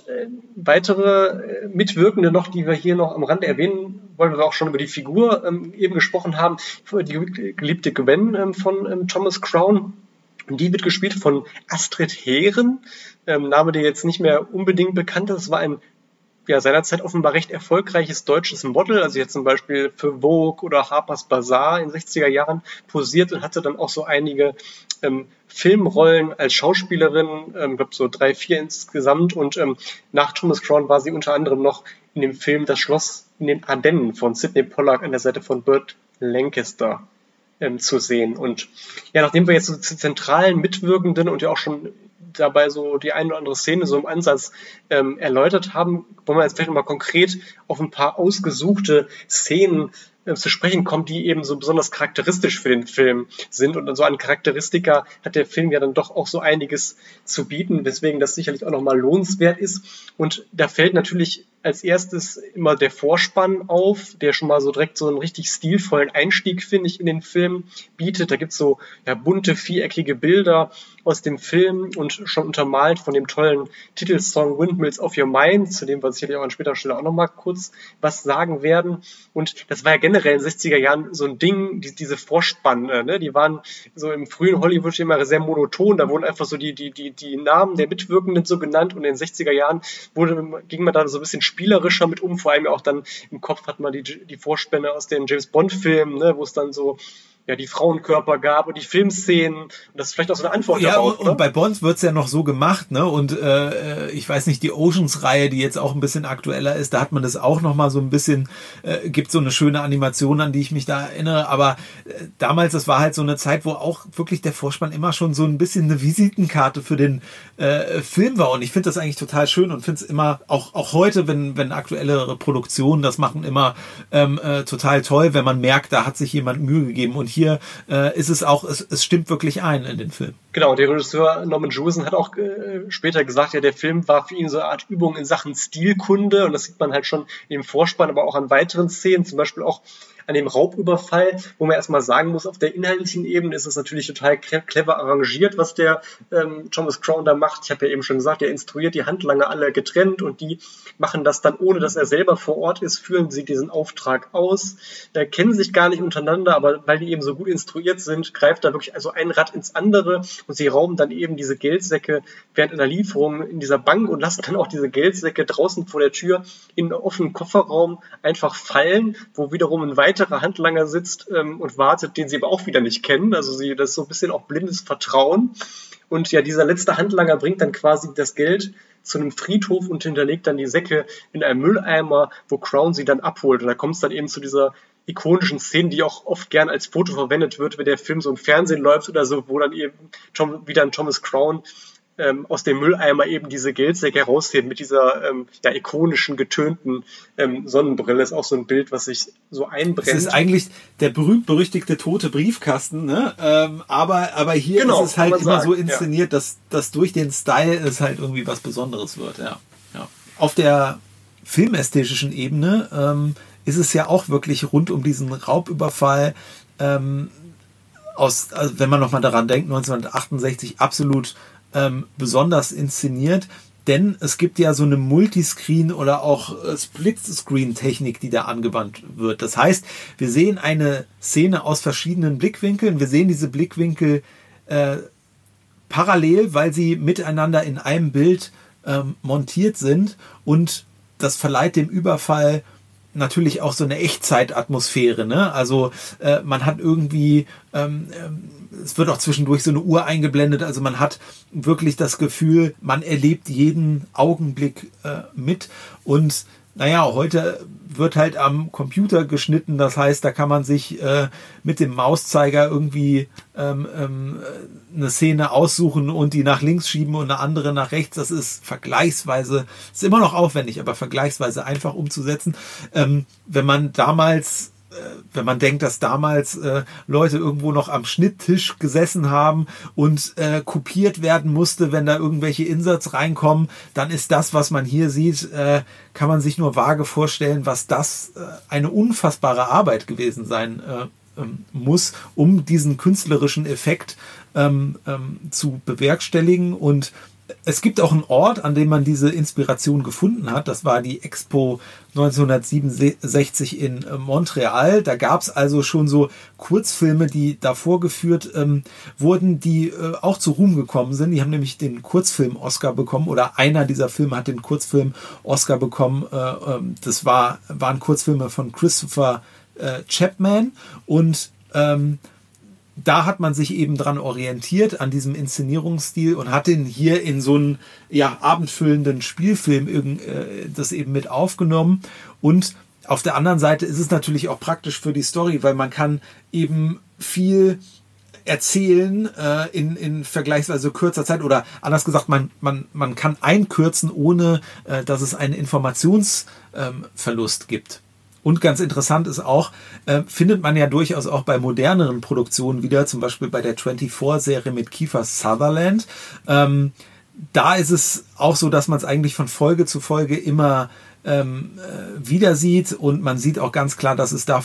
weitere Mitwirkende noch, die wir hier noch am Rande erwähnen, weil wir auch schon über die Figur eben gesprochen haben, die geliebte Gwen von Thomas Crown. Und die wird gespielt von Astrid Heeren, Name, der jetzt nicht mehr unbedingt bekannt ist. Es war ein seinerzeit offenbar recht erfolgreiches deutsches Model, also jetzt zum Beispiel für Vogue oder Harper's Bazaar in den 60er Jahren posiert und hatte dann auch so einige Filmrollen als Schauspielerin, ich glaube so 3, 4 insgesamt und nach Thomas Crown war sie unter anderem noch in dem Film Das Schloss in den Ardennen von Sidney Pollack an der Seite von Burt Lancaster zu sehen. Und ja, nachdem wir jetzt so zentralen Mitwirkenden und ja auch schon dabei so die eine oder andere Szene so im Ansatz erläutert haben, wollen wir jetzt vielleicht nochmal konkret auf ein paar ausgesuchte Szenen zu sprechen kommen, die eben so besonders charakteristisch für den Film sind. Und so an Charakteristika hat der Film ja dann doch auch so einiges zu bieten, weswegen das sicherlich auch nochmal lohnenswert ist. Und da fällt natürlich als erstes immer der Vorspann auf, der schon mal so direkt so einen richtig stilvollen Einstieg, finde ich, in den Film bietet. Da gibt es so bunte, viereckige Bilder aus dem Film und schon untermalt von dem tollen Titelsong Windmills of Your Mind, zu dem wir sicherlich auch an späterer Stelle auch nochmal kurz was sagen werden. Und das war ja generell in den 60er Jahren so ein Ding, diese Vorspanne, die waren so im frühen Hollywood immer sehr monoton, da wurden einfach so die Namen der Mitwirkenden so genannt und in den 60er Jahren ging man da so ein bisschen spielerischer mit vor allem auch dann im Kopf hat man die Vorspänne aus den James Bond Filmen, wo es dann so die Frauenkörper gab und die Filmszenen. Und das ist vielleicht auch so eine Antwort darauf.
Und bei Bond wird's ja noch so gemacht, ne? Und ich weiß nicht, die Oceans-Reihe, die jetzt auch ein bisschen aktueller ist, da hat man das auch noch mal so ein bisschen, gibt so eine schöne Animation, an die ich mich da erinnere. Aber damals, das war halt so eine Zeit, wo auch wirklich der Vorspann immer schon so ein bisschen eine Visitenkarte für den Film war. Und ich finde das eigentlich total schön und finde es immer, auch heute, wenn aktuellere Produktionen das machen, immer total toll, wenn man merkt, da hat sich jemand Mühe gegeben. Und hier ist es auch, es stimmt wirklich ein in den Film.
Genau, der Regisseur Norman Jewison hat auch später gesagt, ja, der Film war für ihn so eine Art Übung in Sachen Stilkunde und das sieht man halt schon im Vorspann, aber auch an weiteren Szenen, zum Beispiel auch an dem Raubüberfall, wo man erstmal sagen muss, auf der inhaltlichen Ebene ist es natürlich total clever arrangiert, was der Thomas Crown da macht. Ich habe ja eben schon gesagt, er instruiert die Handlanger alle getrennt und die machen das dann, ohne dass er selber vor Ort ist, führen sie diesen Auftrag aus, kennen sich gar nicht untereinander, aber weil die eben so gut instruiert sind, greift da wirklich also ein Rad ins andere und sie rauben dann eben diese Geldsäcke während einer Lieferung in dieser Bank und lassen dann auch diese Geldsäcke draußen vor der Tür in einen offenen Kofferraum einfach fallen, wo wiederum ein weiterer Handlanger sitzt und wartet, den sie aber auch wieder nicht kennen. Also das ist so ein bisschen auch blindes Vertrauen. Und ja, dieser letzte Handlanger bringt dann quasi das Geld zu einem Friedhof und hinterlegt dann die Säcke in einem Mülleimer, wo Crown sie dann abholt. Und da kommt es dann eben zu dieser ikonischen Szene, die auch oft gern als Foto verwendet wird, wenn der Film so im Fernsehen läuft oder so, wo dann eben wieder ein Thomas Crown aus dem Mülleimer eben diese Geldsäcke heraushebt mit dieser ikonischen, getönten Sonnenbrille. Das ist auch so ein Bild, was sich so einbrennt.
Das ist eigentlich der berühmt-berüchtigte tote Briefkasten, ne? Aber hier ist es halt immer so inszeniert, dass durch den Style es halt irgendwie was Besonderes wird. Ja. Auf der filmästhetischen Ebene ist es ja auch wirklich rund um diesen Raubüberfall wenn man nochmal daran denkt, 1968 absolut besonders inszeniert, denn es gibt ja so eine Multiscreen- oder auch Split-Screen-Technik, die da angewandt wird. Das heißt, wir sehen eine Szene aus verschiedenen Blickwinkeln. Wir sehen diese Blickwinkel parallel, weil sie miteinander in einem Bild montiert sind und das verleiht dem Überfall natürlich auch so eine Echtzeitatmosphäre, ne? Also man hat irgendwie, es wird auch zwischendurch so eine Uhr eingeblendet, also man hat wirklich das Gefühl, man erlebt jeden Augenblick mit und naja, heute wird halt am Computer geschnitten, das heißt, da kann man sich mit dem Mauszeiger irgendwie eine Szene aussuchen und die nach links schieben und eine andere nach rechts. Das ist vergleichsweise, ist immer noch aufwendig, aber vergleichsweise einfach umzusetzen. Wenn man denkt, dass damals Leute irgendwo noch am Schnitttisch gesessen haben und kopiert werden musste, wenn da irgendwelche Inserts reinkommen, dann ist das, was man hier sieht, kann man sich nur vage vorstellen, was das eine unfassbare Arbeit gewesen sein muss, um diesen künstlerischen Effekt zu bewerkstelligen. Und es gibt auch einen Ort, an dem man diese Inspiration gefunden hat. Das war die Expo 1967 in Montreal. Da gab es also schon so Kurzfilme, die da vorgeführt wurden, die auch zu Ruhm gekommen sind. Die haben nämlich den Kurzfilm-Oscar bekommen oder einer dieser Filme hat den Kurzfilm-Oscar bekommen. Das waren Kurzfilme von Christopher Chapman und da hat man sich eben dran orientiert, an diesem Inszenierungsstil und hat den hier in so einen abendfüllenden Spielfilm das eben mit aufgenommen. Und auf der anderen Seite ist es natürlich auch praktisch für die Story, weil man kann eben viel erzählen in vergleichsweise kürzer Zeit oder anders gesagt, man kann einkürzen, ohne dass es einen Informationsverlust gibt. Und ganz interessant ist auch, findet man ja durchaus auch bei moderneren Produktionen wieder, zum Beispiel bei der 24-Serie mit Kiefer Sutherland. Da ist es auch so, dass man es eigentlich von Folge zu Folge immer wieder sieht und man sieht auch ganz klar, dass es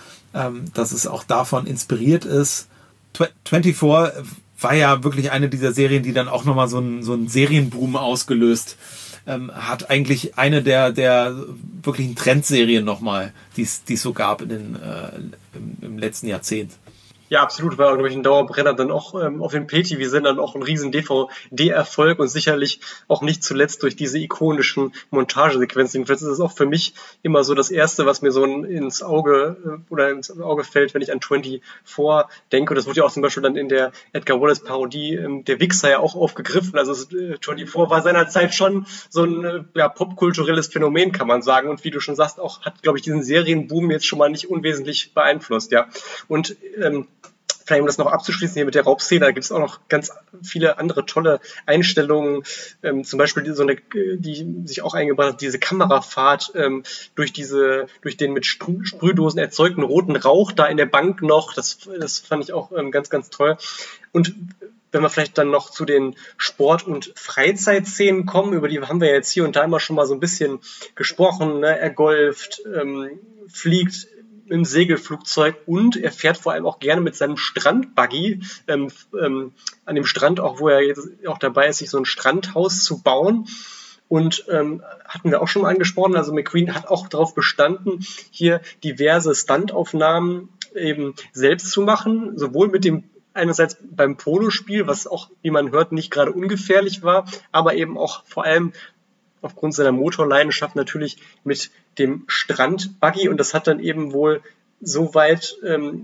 auch davon inspiriert ist. 24 war ja wirklich eine dieser Serien, die dann auch nochmal so einen Serienboom ausgelöst hat, eigentlich eine der wirklichen Trendserien nochmal, die es so gab im letzten Jahrzehnt.
Ja, absolut, war, glaube ich, ein Dauerbrenner dann auch auf dem Pay-TV-Sendern auch ein riesen DVD-Erfolg und sicherlich auch nicht zuletzt durch diese ikonischen Montagesequenzen. Jedenfalls ist es auch für mich immer so das Erste, was mir so ins Auge fällt, wenn ich an 24 denke. Und das wurde ja auch zum Beispiel dann in der Edgar Wallace-Parodie der Wichser ja auch aufgegriffen. Also 24 war seinerzeit schon so ein popkulturelles Phänomen, kann man sagen. Und wie du schon sagst, auch hat, glaube ich, diesen Serienboom jetzt schon mal nicht unwesentlich beeinflusst. Ja. Und vielleicht um das noch abzuschließen hier mit der Raubszene, da gibt es auch noch ganz viele andere tolle Einstellungen, zum Beispiel die sich auch eingebracht hat, diese Kamerafahrt durch den mit Sprühdosen erzeugten roten Rauch da in der Bank noch, das fand ich auch ganz, ganz toll. Und wenn wir vielleicht dann noch zu den Sport- und Freizeitszenen kommen, über die haben wir jetzt hier und da immer schon mal so ein bisschen gesprochen, ne? Er golft, fliegt im Segelflugzeug und er fährt vor allem auch gerne mit seinem Strandbuggy an dem Strand, auch wo er jetzt auch dabei ist, sich so ein Strandhaus zu bauen. Und hatten wir auch schon mal angesprochen, also McQueen hat auch darauf bestanden, hier diverse Stuntaufnahmen eben selbst zu machen, sowohl mit dem einerseits beim Polospiel, was auch, wie man hört, nicht gerade ungefährlich war, aber eben auch vor allem aufgrund seiner Motorleidenschaft natürlich mit dem Strandbuggy. Und das hat dann eben wohl so weit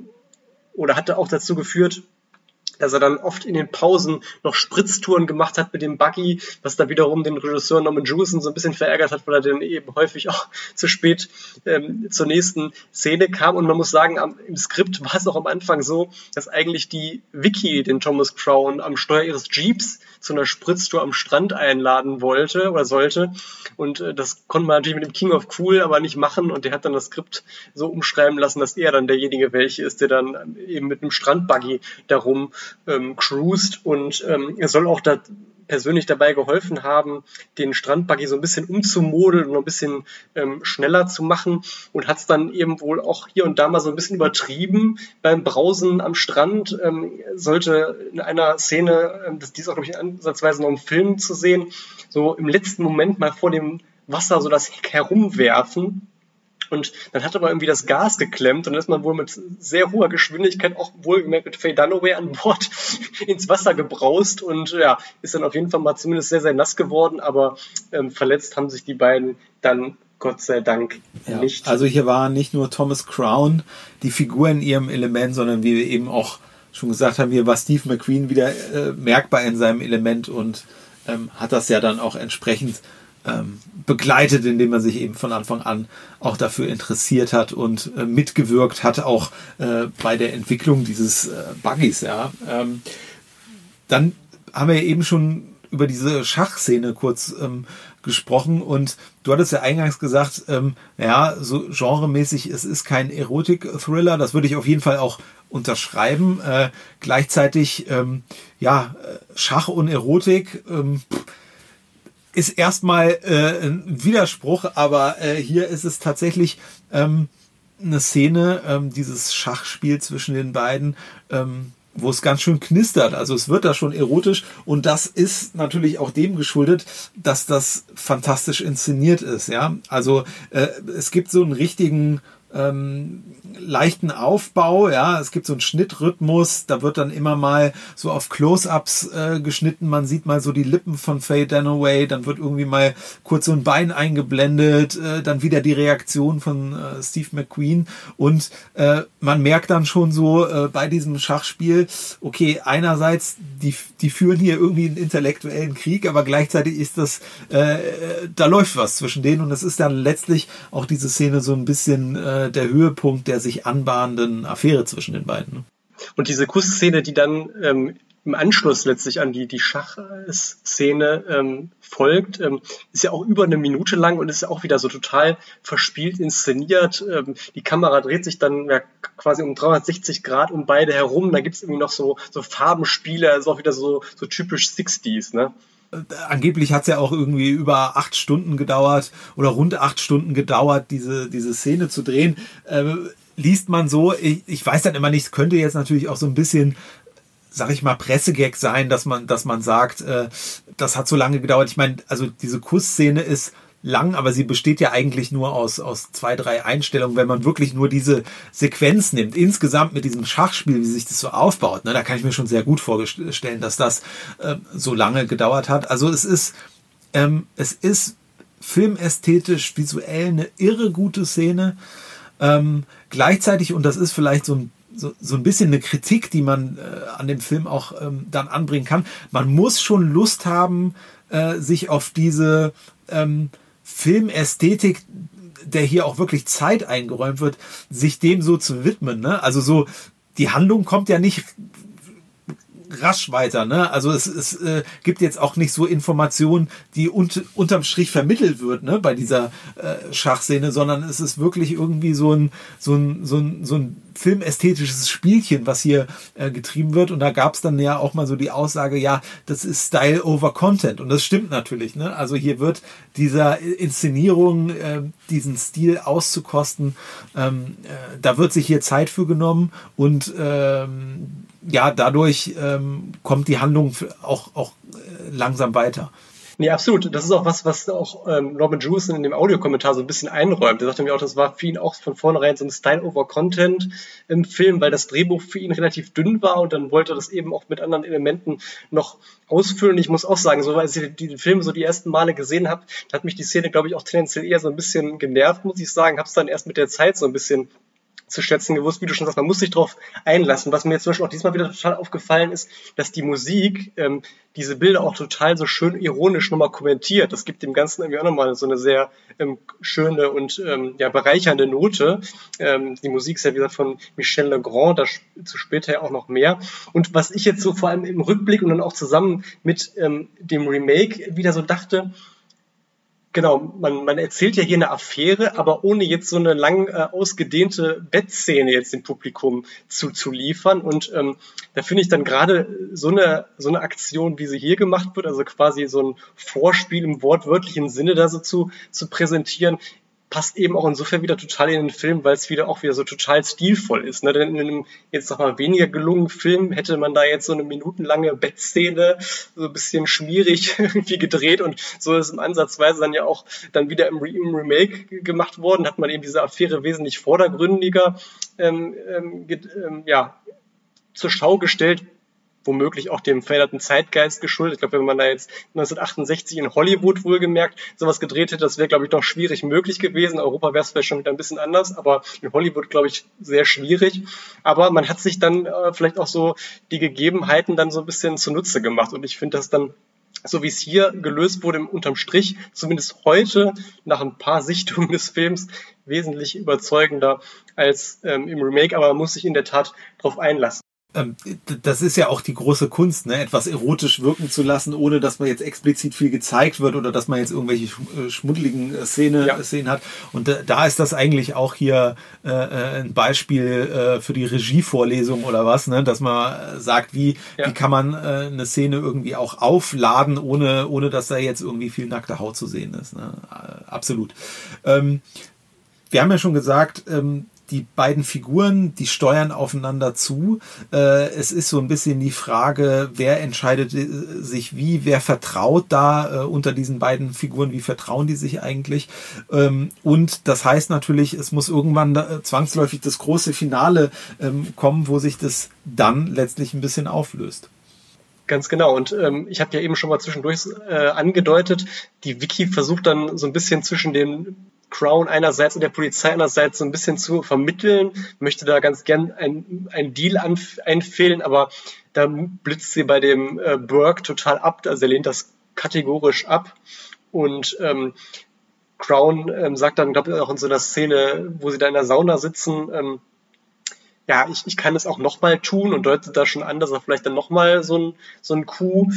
oder hatte auch dazu geführt, dass er dann oft in den Pausen noch Spritztouren gemacht hat mit dem Buggy, was da wiederum den Regisseur Norman Jewison so ein bisschen verärgert hat, weil er dann eben häufig auch zu spät zur nächsten Szene kam. Und man muss sagen, im Skript war es auch am Anfang so, dass eigentlich die Vicky den Thomas Crown am Steuer ihres Jeeps zu einer Spritztour am Strand einladen wollte oder sollte. Und das konnte man natürlich mit dem King of Cool aber nicht machen. Und der hat dann das Skript so umschreiben lassen, dass er dann derjenige welche ist, der dann eben mit einem Strandbuggy darum cruised. Und er soll auch da persönlich dabei geholfen haben, den Strandbuggy so ein bisschen umzumodeln und noch ein bisschen schneller zu machen und hat es dann eben wohl auch hier und da mal so ein bisschen übertrieben beim Brausen am Strand. Sollte in einer Szene, die ist auch, glaube ich, ansatzweise noch im Film zu sehen, so im letzten Moment mal vor dem Wasser so das Heck herumwerfen. Und dann hat aber irgendwie das Gas geklemmt und dann ist man wohl mit sehr hoher Geschwindigkeit, auch wohlgemerkt mit Faye Dunaway an Bord, ins Wasser gebraust und ja, ist dann auf jeden Fall mal zumindest sehr, sehr nass geworden, aber verletzt haben sich die beiden dann Gott sei Dank nicht.
Also hier war nicht nur Thomas Crown die Figur in ihrem Element, sondern wie wir eben auch schon gesagt haben, hier war Steve McQueen wieder merkbar in seinem Element und hat das ja dann auch entsprechend begleitet, indem man sich eben von Anfang an auch dafür interessiert hat und mitgewirkt hat, auch bei der Entwicklung dieses Buggys. Ja. Dann haben wir eben schon über diese Schachszene kurz gesprochen und du hattest ja eingangs gesagt, so genremäßig, es ist kein Erotik-Thriller, das würde ich auf jeden Fall auch unterschreiben. Gleichzeitig, Schach und Erotik, ist erstmal ein Widerspruch, aber hier ist es tatsächlich eine Szene, dieses Schachspiel zwischen den beiden, wo es ganz schön knistert. Also es wird da schon erotisch und das ist natürlich auch dem geschuldet, dass das fantastisch inszeniert ist. Ja, also es gibt so einen richtigen leichten Aufbau, ja, es gibt so einen Schnittrhythmus, da wird dann immer mal so auf Close-Ups geschnitten, man sieht mal so die Lippen von Faye Dunaway, dann wird irgendwie mal kurz so ein Bein eingeblendet, dann wieder die Reaktion von Steve McQueen und man merkt dann schon so bei diesem Schachspiel, okay, einerseits, die führen hier irgendwie einen intellektuellen Krieg, aber gleichzeitig ist das, da läuft was zwischen denen und es ist dann letztlich auch diese Szene so ein bisschen der Höhepunkt der sich anbahnenden Affäre zwischen den beiden. Ne?
Und diese Kussszene, die dann im Anschluss letztlich an die Schachszene folgt, ist ja auch über eine Minute lang und ist ja auch wieder so total verspielt inszeniert. Die Kamera dreht sich dann ja quasi um 360 Grad um beide herum. Da gibt es irgendwie noch so Farbenspiele, das ist auch wieder so typisch 60s, ne?
Angeblich hat es ja auch irgendwie über 8 Stunden gedauert oder rund 8 Stunden gedauert, diese Szene zu drehen. Liest man so, ich weiß dann immer nicht, es könnte jetzt natürlich auch so ein bisschen, sag ich mal, Pressegag sein, dass man sagt, das hat so lange gedauert. Ich meine, also diese Kussszene ist lang, aber sie besteht ja eigentlich nur aus 2, 3 Einstellungen, wenn man wirklich nur diese Sequenz nimmt. Insgesamt mit diesem Schachspiel, wie sich das so aufbaut, ne, da kann ich mir schon sehr gut vorstellen, dass das so lange gedauert hat. Also es ist filmästhetisch, visuell eine irre gute Szene. Gleichzeitig, und das ist vielleicht so ein bisschen eine Kritik, die man an dem Film auch dann anbringen kann, man muss schon Lust haben, sich auf diese Filmästhetik, der hier auch wirklich Zeit eingeräumt wird, sich dem so zu widmen. Ne? Also so, die Handlung kommt ja nicht rasch weiter, ne? Also es gibt jetzt auch nicht so Informationen, die unterm Strich vermittelt wird, ne, bei dieser Schachszene, sondern es ist wirklich irgendwie so ein filmästhetisches Spielchen, was hier getrieben wird. Und da gab es dann ja auch mal so die Aussage, ja, das ist Style over Content. Und das stimmt natürlich, ne? Also hier wird dieser Inszenierung, diesen Stil auszukosten, da wird sich hier Zeit für genommen und ja, dadurch kommt die Handlung auch langsam weiter.
Nee, absolut. Das ist auch was auch Robin Jewison in dem Audiokommentar so ein bisschen einräumt. Er sagte mir auch, das war für ihn auch von vornherein so ein Style-over-Content im Film, weil das Drehbuch für ihn relativ dünn war und dann wollte er das eben auch mit anderen Elementen noch ausfüllen. Ich muss auch sagen, so als ich den Film so die ersten Male gesehen habe, da hat mich die Szene, glaube ich, auch tendenziell eher so ein bisschen genervt, muss ich sagen. Habe es dann erst mit der Zeit so ein bisschen zu schätzen gewusst, wie du schon sagst, man muss sich darauf einlassen. Was mir jetzt zum Beispiel auch diesmal wieder total aufgefallen ist, dass die Musik diese Bilder auch total so schön ironisch nochmal kommentiert. Das gibt dem Ganzen irgendwie auch nochmal so eine sehr schöne und bereichernde Note. Die Musik ist ja wieder von Michel Legrand, dazu später ja auch noch mehr. Und was ich jetzt so vor allem im Rückblick und dann auch zusammen mit dem Remake wieder so dachte, genau, man erzählt ja hier eine Affäre, aber ohne jetzt so eine lang ausgedehnte Bettszene jetzt dem Publikum zu liefern. Und da finde ich dann gerade so eine Aktion, wie sie hier gemacht wird, also quasi so ein Vorspiel im wortwörtlichen Sinne da so zu präsentieren, passt eben auch insofern wieder total in den Film, weil es wieder so total stilvoll ist. Ne? Denn in einem jetzt sag mal weniger gelungenen Film hätte man da jetzt so eine minutenlange Bettszene so ein bisschen schmierig irgendwie gedreht und so ist im Ansatzweise dann ja auch dann wieder im Remake gemacht worden, hat man eben diese Affäre wesentlich vordergründiger zur Schau gestellt, womöglich auch dem veränderten Zeitgeist geschuldet. Ich glaube, wenn man da jetzt 1968 in Hollywood wohlgemerkt sowas gedreht hätte, das wäre, glaube ich, noch schwierig möglich gewesen. In Europa wäre es vielleicht schon wieder ein bisschen anders, aber in Hollywood, glaube ich, sehr schwierig. Aber man hat sich dann vielleicht auch so die Gegebenheiten dann so ein bisschen zunutze gemacht. Und ich finde das dann, so wie es hier gelöst wurde, unterm Strich, zumindest heute, nach ein paar Sichtungen des Films, wesentlich überzeugender als im Remake. Aber man muss sich in der Tat darauf einlassen.
Das ist ja auch die große Kunst, ne? Etwas erotisch wirken zu lassen, ohne dass man jetzt explizit viel gezeigt wird oder dass man jetzt irgendwelche schmuddeligen Szenen hat. Und da ist das eigentlich auch hier ein Beispiel für die Regievorlesung oder was, ne? Dass man sagt, wie kann man eine Szene irgendwie auch aufladen, ohne dass da jetzt irgendwie viel nackte Haut zu sehen ist. Ne? Absolut. Wir haben ja schon gesagt, die beiden Figuren, die steuern aufeinander zu. Es ist so ein bisschen die Frage, wer entscheidet sich wie, wer vertraut da unter diesen beiden Figuren, wie vertrauen die sich eigentlich? Und das heißt natürlich, es muss irgendwann zwangsläufig das große Finale kommen, wo sich das dann letztlich ein bisschen auflöst.
Ganz genau. Und ich habe ja eben schon mal zwischendurch angedeutet, die Vicky versucht dann so ein bisschen zwischen den Crown einerseits und der Polizei einerseits so ein bisschen zu vermitteln, möchte da ganz gern ein Deal einfehlen, aber da blitzt sie bei dem Burke total ab, also er lehnt das kategorisch ab und Crown sagt dann, glaube ich, auch in so einer Szene, wo sie da in der Sauna sitzen, ich kann es auch nochmal tun und deutet da schon an, dass er vielleicht dann nochmal so ein Coup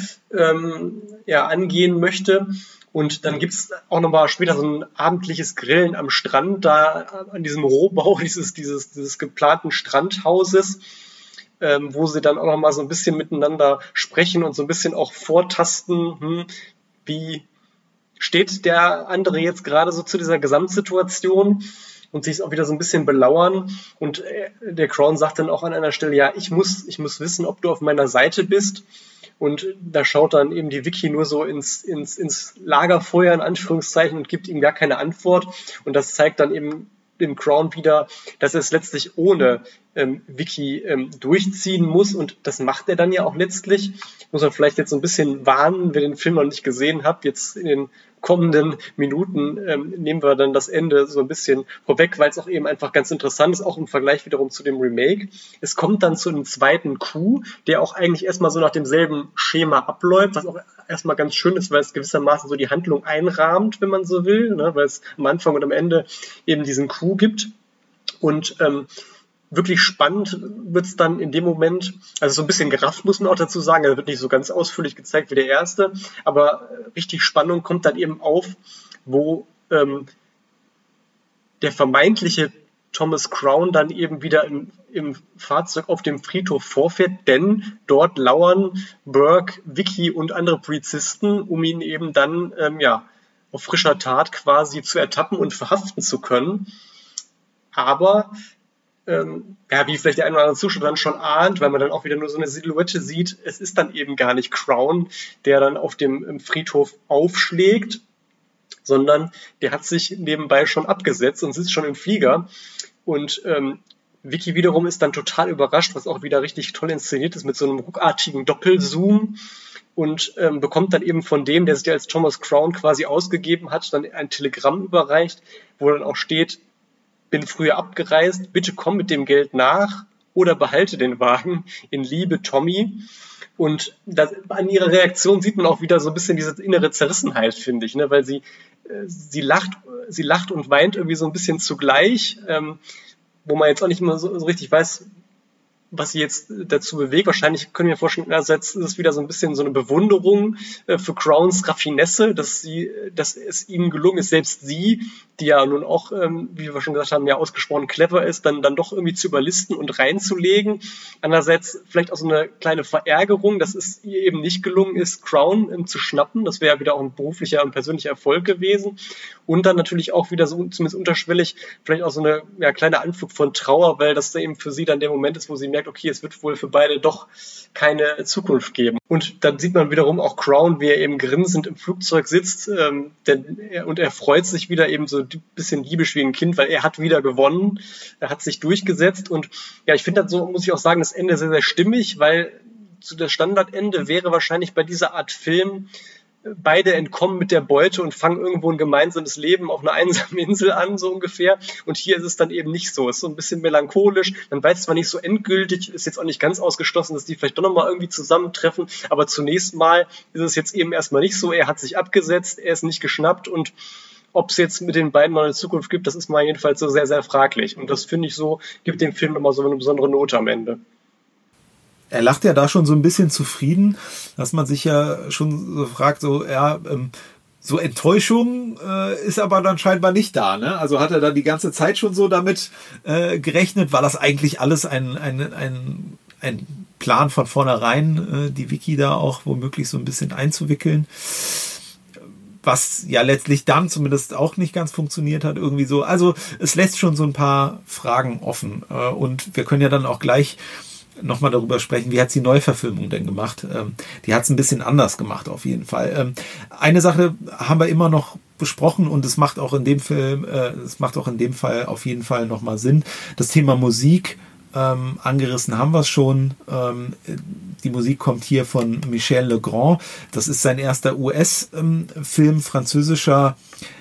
angehen möchte. Und dann gibt's auch nochmal später so ein abendliches Grillen am Strand, da an diesem Rohbau dieses geplanten Strandhauses, wo sie dann auch nochmal so ein bisschen miteinander sprechen und so ein bisschen auch vortasten, wie steht der andere jetzt gerade so zu dieser Gesamtsituation und sich auch wieder so ein bisschen belauern. Und der Crown sagt dann auch an einer Stelle, ja, ich muss wissen, ob du auf meiner Seite bist. und da schaut dann eben die Vicky nur so ins Lagerfeuer in Anführungszeichen und gibt ihm gar keine Antwort und das zeigt dann eben dem Crown wieder, dass er es letztlich ohne Vicky durchziehen muss und das macht er dann ja auch letztlich. Muss man vielleicht jetzt so ein bisschen warnen, wer den Film noch nicht gesehen hat, jetzt in den kommenden Minuten nehmen wir dann das Ende so ein bisschen vorweg, weil es auch eben einfach ganz interessant ist, auch im Vergleich wiederum zu dem Remake. Es kommt dann zu einem zweiten Coup, der auch eigentlich erstmal so nach demselben Schema abläuft, was auch erstmal ganz schön ist, weil es gewissermaßen so die Handlung einrahmt, wenn man so will, ne? Weil es am Anfang und am Ende eben diesen Coup gibt. Und wirklich spannend wird es dann in dem Moment, also so ein bisschen gerafft muss man auch dazu sagen, er wird nicht so ganz ausführlich gezeigt wie der erste, aber richtig Spannung kommt dann eben auf, wo der vermeintliche Thomas Crown dann eben wieder im Fahrzeug auf dem Friedhof vorfährt, denn dort lauern Burke, Vicky und andere Polizisten, um ihn eben dann auf frischer Tat quasi zu ertappen und verhaften zu können. Aber wie vielleicht der eine oder andere Zuschauer dann schon ahnt, weil man dann auch wieder nur so eine Silhouette sieht, es ist dann eben gar nicht Crown, der dann auf dem Friedhof aufschlägt, sondern der hat sich nebenbei schon abgesetzt und sitzt schon im Flieger. Und Vicky wiederum ist dann total überrascht, was auch wieder richtig toll inszeniert ist mit so einem ruckartigen Doppelzoom und bekommt dann eben von dem, der sich als Thomas Crown quasi ausgegeben hat, dann ein Telegramm überreicht, wo dann auch steht: Bin früher abgereist, bitte komm mit dem Geld nach oder behalte den Wagen, in Liebe, Tommy. Und an ihrer Reaktion sieht man auch wieder so ein bisschen diese innere Zerrissenheit, finde ich, ne? Weil sie lacht und weint irgendwie so ein bisschen zugleich, wo man jetzt auch nicht immer so richtig weiß, was sie jetzt dazu bewegt. Wahrscheinlich können wir vorstellen, einerseits ist es wieder so ein bisschen so eine Bewunderung für Crowns Raffinesse, dass es ihnen gelungen ist, selbst sie, die ja nun auch, wie wir schon gesagt haben, ja ausgesprochen clever ist, dann doch irgendwie zu überlisten und reinzulegen. Andererseits vielleicht auch so eine kleine Verärgerung, dass es ihr eben nicht gelungen ist, Crown zu schnappen. Das wäre wieder auch ein beruflicher und persönlicher Erfolg gewesen. Und dann natürlich auch wieder so, zumindest unterschwellig, vielleicht auch so eine kleine Anflug von Trauer, weil das eben für sie dann der Moment ist, wo sie merkt, okay, es wird wohl für beide doch keine Zukunft geben. Und dann sieht man wiederum auch Crown, wie er eben grinsend im Flugzeug sitzt, und er freut sich wieder eben so ein bisschen diebisch wie ein Kind, weil er hat wieder gewonnen, er hat sich durchgesetzt und ja, ich finde das so, muss ich auch sagen, das Ende sehr, sehr stimmig, weil zu das Standardende wäre wahrscheinlich bei dieser Art Film, beide entkommen mit der Beute und fangen irgendwo ein gemeinsames Leben auf einer einsamen Insel an, so ungefähr. Und hier ist es dann eben nicht so. Es ist so ein bisschen melancholisch. Man weiß zwar nicht so endgültig, ist jetzt auch nicht ganz ausgeschlossen, dass die vielleicht doch nochmal irgendwie zusammentreffen, aber zunächst mal ist es jetzt eben erstmal nicht so. Er hat sich abgesetzt, er ist nicht geschnappt und ob es jetzt mit den beiden noch eine Zukunft gibt, das ist mal jedenfalls so sehr, sehr fraglich. Und das finde ich so, gibt dem Film nochmal so eine besondere Note am Ende.
Er lacht ja da schon so ein bisschen zufrieden, dass man sich ja schon so fragt, so Enttäuschung ist aber dann scheinbar nicht da, ne? Also hat er dann die ganze Zeit schon so damit gerechnet? War das eigentlich alles ein Plan von vornherein, die Vicky da auch womöglich so ein bisschen einzuwickeln? Was ja letztlich dann zumindest auch nicht ganz funktioniert hat, irgendwie so. Also es lässt schon so ein paar Fragen offen. Und wir können ja dann auch gleich nochmal darüber sprechen, wie hat die Neuverfilmung denn gemacht? Die hat es ein bisschen anders gemacht, auf jeden Fall. Eine Sache haben wir immer noch besprochen und es macht auch in dem Film, auf jeden Fall nochmal Sinn. Das Thema Musik, angerissen haben wir es schon. Die Musik kommt hier von Michel Legrand. Das ist sein erster US-Film, französischer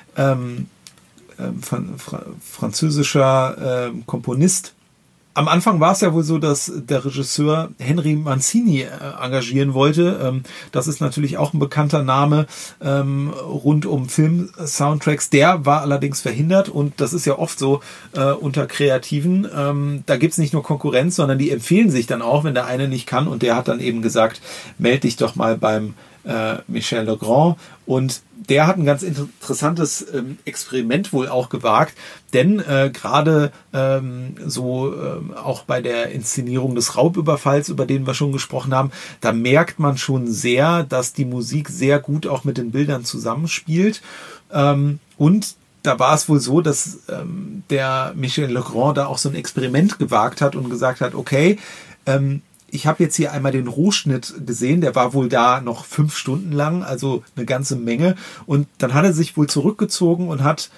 Komponist. Am Anfang war es ja wohl so, dass der Regisseur Henry Mancini engagieren wollte. Das ist natürlich auch ein bekannter Name rund um Film-Soundtracks. Der war allerdings verhindert und das ist ja oft so unter Kreativen. Da gibt's nicht nur Konkurrenz, sondern die empfehlen sich dann auch, wenn der eine nicht kann. Und der hat dann eben gesagt, meld dich doch mal beim Michel Legrand. Und der hat ein ganz interessantes Experiment wohl auch gewagt, denn gerade auch bei der Inszenierung des Raubüberfalls, über den wir schon gesprochen haben, da merkt man schon sehr, dass die Musik sehr gut auch mit den Bildern zusammenspielt. Und da war es wohl so, dass der Michel Legrand da auch so ein Experiment gewagt hat und gesagt hat, okay, ich habe jetzt hier einmal den Rohschnitt gesehen, der war wohl da noch 5 Stunden lang, also eine ganze Menge. Und dann hat er sich wohl zurückgezogen und hat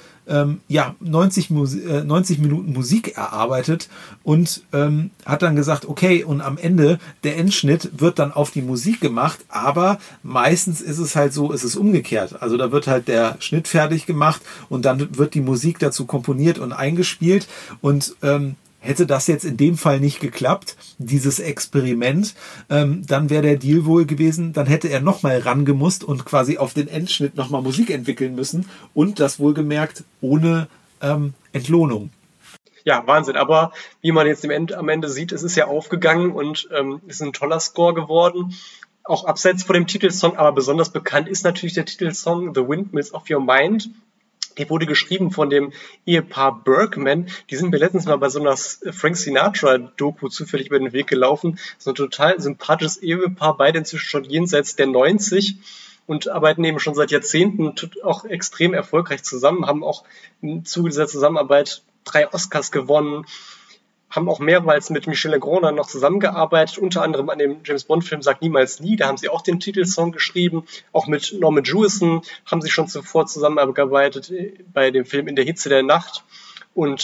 90 Minuten Musik erarbeitet und hat dann gesagt, okay, und am Ende, der Endschnitt wird dann auf die Musik gemacht, aber meistens ist es halt so, es ist umgekehrt. Also da wird halt der Schnitt fertig gemacht und dann wird die Musik dazu komponiert und eingespielt und hätte das jetzt in dem Fall nicht geklappt, dieses Experiment, dann wäre der Deal wohl gewesen, dann hätte er nochmal rangemusst und quasi auf den Endschnitt nochmal Musik entwickeln müssen und das wohlgemerkt ohne Entlohnung.
Ja, Wahnsinn. Aber wie man jetzt am Ende sieht, es ist ja aufgegangen und ist ein toller Score geworden. Auch abseits von dem Titelsong, aber besonders bekannt ist natürlich der Titelsong The Windmills of Your Mind. Die wurde geschrieben von dem Ehepaar Bergman. Die sind mir letztens mal bei so einer Frank Sinatra-Doku zufällig über den Weg gelaufen. So ein total sympathisches Ehepaar, beide inzwischen schon jenseits der 90 und arbeiten eben schon seit Jahrzehnten auch extrem erfolgreich zusammen, haben auch im Zuge dieser Zusammenarbeit 3 Oscars gewonnen, haben auch mehrmals mit Michel Legrand noch zusammengearbeitet, unter anderem an dem James-Bond-Film Sag niemals nie, da haben sie auch den Titelsong geschrieben, auch mit Norman Jewison haben sie schon zuvor zusammengearbeitet bei dem Film In der Hitze der Nacht und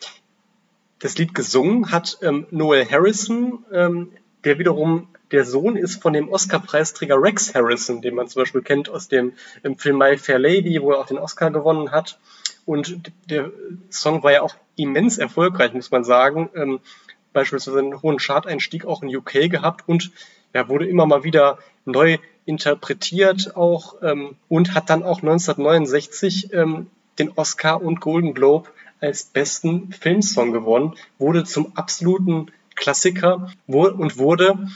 das Lied gesungen hat Noel Harrison, der wiederum der Sohn ist von dem Oscar-Preisträger Rex Harrison, den man zum Beispiel kennt aus dem Film My Fair Lady, wo er auch den Oscar gewonnen hat. Und der Song war ja auch immens erfolgreich, muss man sagen. Beispielsweise einen hohen Chart-Einstieg auch in UK gehabt und ja, wurde immer mal wieder neu interpretiert auch und hat dann auch 1969 den Oscar und Golden Globe als besten Filmsong gewonnen, wurde zum absoluten Klassiker und wurde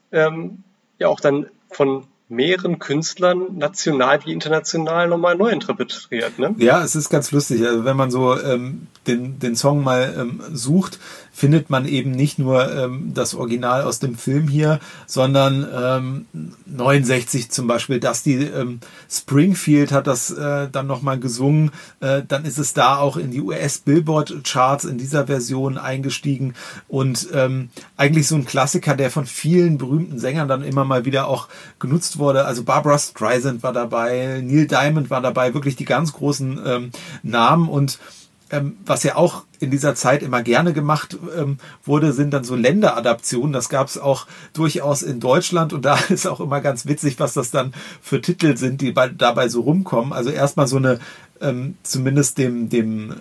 ja auch dann von mehreren Künstlern, national wie international, nochmal neu interpretiert. Ne?
Ja, es ist ganz lustig. Also wenn man so den Song mal sucht, findet man eben nicht nur das Original aus dem Film hier, sondern 69 zum Beispiel, Dusty Springfield hat das dann nochmal gesungen. Dann ist es da auch in die US-Billboard-Charts in dieser Version eingestiegen und eigentlich so ein Klassiker, der von vielen berühmten Sängern dann immer mal wieder auch genutzt wurde. Also Barbra Streisand war dabei, Neil Diamond war dabei, wirklich die ganz großen Namen und was ja auch in dieser Zeit immer gerne gemacht wurde, sind dann so Länderadaptionen. Das gab es auch durchaus in Deutschland und da ist auch immer ganz witzig, was das dann für Titel sind, die dabei so rumkommen. Also erstmal so eine, zumindest dem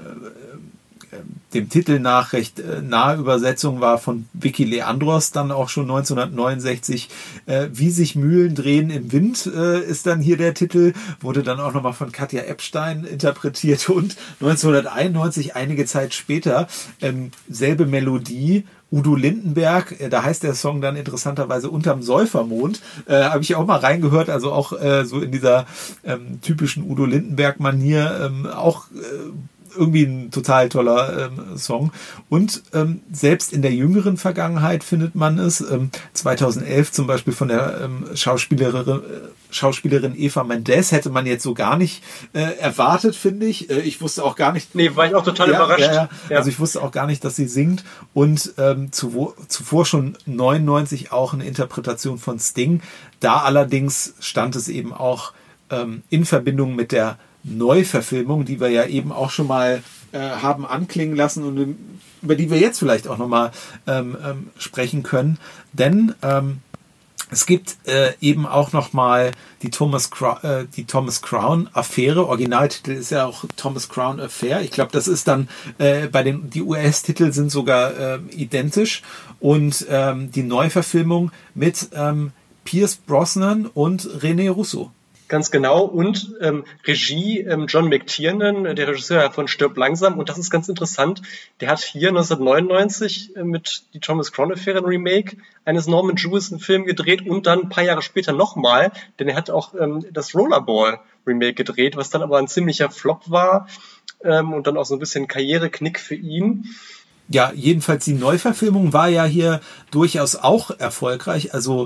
Titel nach recht nahe Übersetzung war von Vicky Leandros dann auch schon 1969. Wie sich Mühlen drehen im Wind ist dann hier der Titel, wurde dann auch nochmal von Katja Epstein interpretiert und 1991, einige Zeit später, selbe Melodie, Udo Lindenberg, da heißt der Song dann interessanterweise Unterm Säufermond, habe ich auch mal reingehört, also auch so in dieser typischen Udo Lindenberg-Manier, auch irgendwie ein total toller Song. Und selbst in der jüngeren Vergangenheit findet man es. 2011 zum Beispiel von der Schauspielerin Eva Mendes hätte man jetzt so gar nicht erwartet, finde ich. Ich wusste auch gar nicht.
Nee, war ich auch total überrascht.
Ja. Also ich wusste auch gar nicht, dass sie singt. Und zuvor schon 99 auch eine Interpretation von Sting. Da allerdings stand es eben auch in Verbindung mit der Neuverfilmung, die wir ja eben auch schon mal haben anklingen lassen und über die wir jetzt vielleicht auch nochmal sprechen können. Denn es gibt eben auch nochmal die Thomas Crown Affäre. Originaltitel ist ja auch Thomas Crown Affair. Ich glaube, das ist dann die US-Titel sind sogar identisch. Und die Neuverfilmung mit Pierce Brosnan und René Russo.
Ganz genau. Und Regie John McTiernan, der Regisseur von Stirb langsam. Und das ist ganz interessant. Der hat hier 1999 mit die Thomas Crown Affair ein Remake eines Norman Jewison-Films gedreht und dann ein paar Jahre später nochmal, denn er hat auch das Rollerball Remake gedreht, was dann aber ein ziemlicher Flop war und dann auch so ein bisschen Karriereknick für ihn.
Ja, jedenfalls die Neuverfilmung war ja hier durchaus auch erfolgreich. Also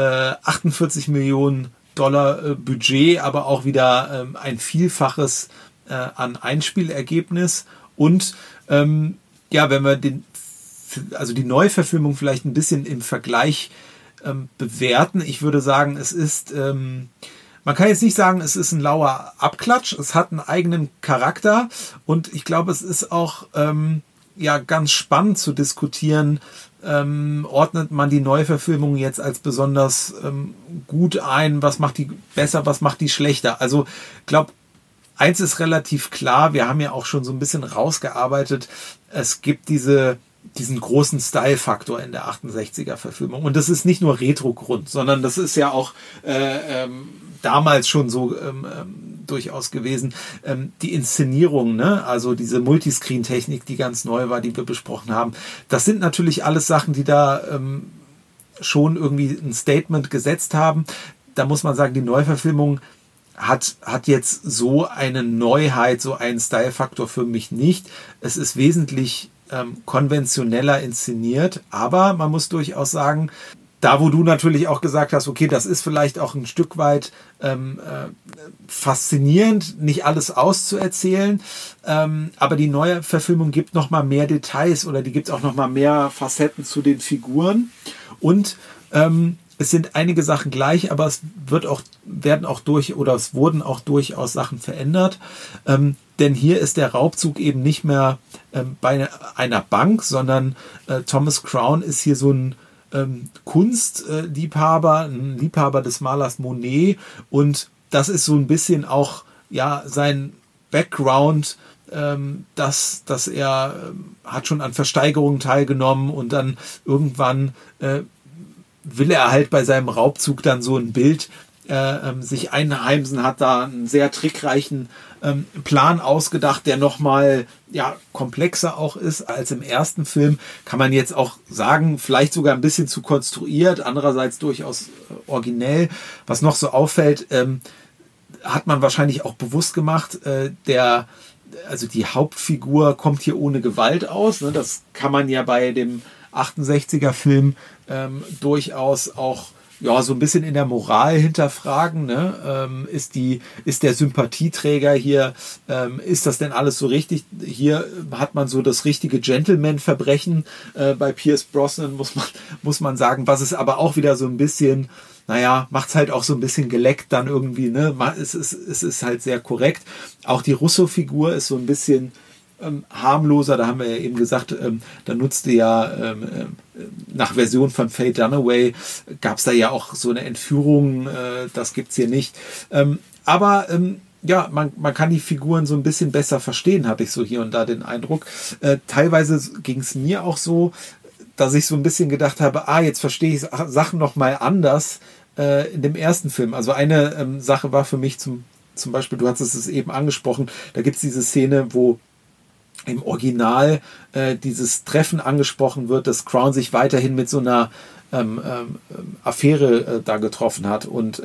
48 Millionen $, Budget, aber auch wieder ein Vielfaches an Einspielergebnis. Und wenn wir den also die Neuverfilmung vielleicht ein bisschen im Vergleich bewerten. Ich würde sagen, es ist, man kann jetzt nicht sagen, es ist ein lauer Abklatsch. Es hat einen eigenen Charakter und ich glaube, es ist auch ganz spannend zu diskutieren. Ordnet man die Neuverfilmung jetzt als besonders gut ein? Was macht die besser? Was macht die schlechter? Also ich glaube, eins ist relativ klar. Wir haben ja auch schon so ein bisschen rausgearbeitet. Es gibt diesen großen Style-Faktor in der 68er-Verfilmung. Und das ist nicht nur Retro-Grund, sondern das ist ja auch damals schon so durchaus gewesen. Die Inszenierung, ne? Also diese Multiscreen-Technik, die ganz neu war, die wir besprochen haben, das sind natürlich alles Sachen, die da schon irgendwie ein Statement gesetzt haben. Da muss man sagen, die Neuverfilmung hat jetzt so eine Neuheit, so einen Style-Faktor für mich nicht. Es ist wesentlich konventioneller inszeniert, aber man muss durchaus sagen, da wo du natürlich auch gesagt hast, okay, das ist vielleicht auch ein Stück weit faszinierend, nicht alles auszuerzählen, aber die neue Verfilmung gibt noch mal mehr Details oder die gibt auch noch mal mehr Facetten zu den Figuren und es sind einige Sachen gleich, aber es wurden auch durchaus Sachen verändert. Denn hier ist der Raubzug eben nicht mehr bei einer Bank, sondern Thomas Crown ist hier so ein Kunstliebhaber, ein Liebhaber des Malers Monet. Und das ist so ein bisschen auch sein Background, dass er hat schon an Versteigerungen teilgenommen und dann irgendwann will er halt bei seinem Raubzug dann so ein Bild sich einheimsen, hat da einen sehr trickreichen Plan ausgedacht, der nochmal komplexer auch ist als im ersten Film. Kann man jetzt auch sagen, vielleicht sogar ein bisschen zu konstruiert, andererseits durchaus originell. Was noch so auffällt, hat man wahrscheinlich auch bewusst gemacht, also die Hauptfigur kommt hier ohne Gewalt aus. Ne? Das kann man ja bei dem 68er Film durchaus auch so ein bisschen in der Moral hinterfragen. Ne? Ist der Sympathieträger hier, ist das denn alles so richtig? Hier hat man so das richtige Gentleman-Verbrechen bei Pierce Brosnan, muss man sagen, was es aber auch wieder so ein bisschen, macht's halt auch so ein bisschen geleckt dann irgendwie. Ne? Es ist halt sehr korrekt. Auch die Russo-Figur ist so ein bisschen harmloser, da haben wir ja eben gesagt, da nutzte nach Version von Faye Dunaway gab es da ja auch so eine Entführung, das gibt's hier nicht. Aber man kann die Figuren so ein bisschen besser verstehen, hatte ich so hier und da den Eindruck. Teilweise ging es mir auch so, dass ich so ein bisschen gedacht habe, jetzt verstehe ich Sachen noch mal anders in dem ersten Film. Also eine Sache war für mich zum Beispiel, du hattest es eben angesprochen, da gibt es diese Szene, wo im Original dieses Treffen angesprochen wird, dass Crown sich weiterhin mit so einer Affäre da getroffen hat und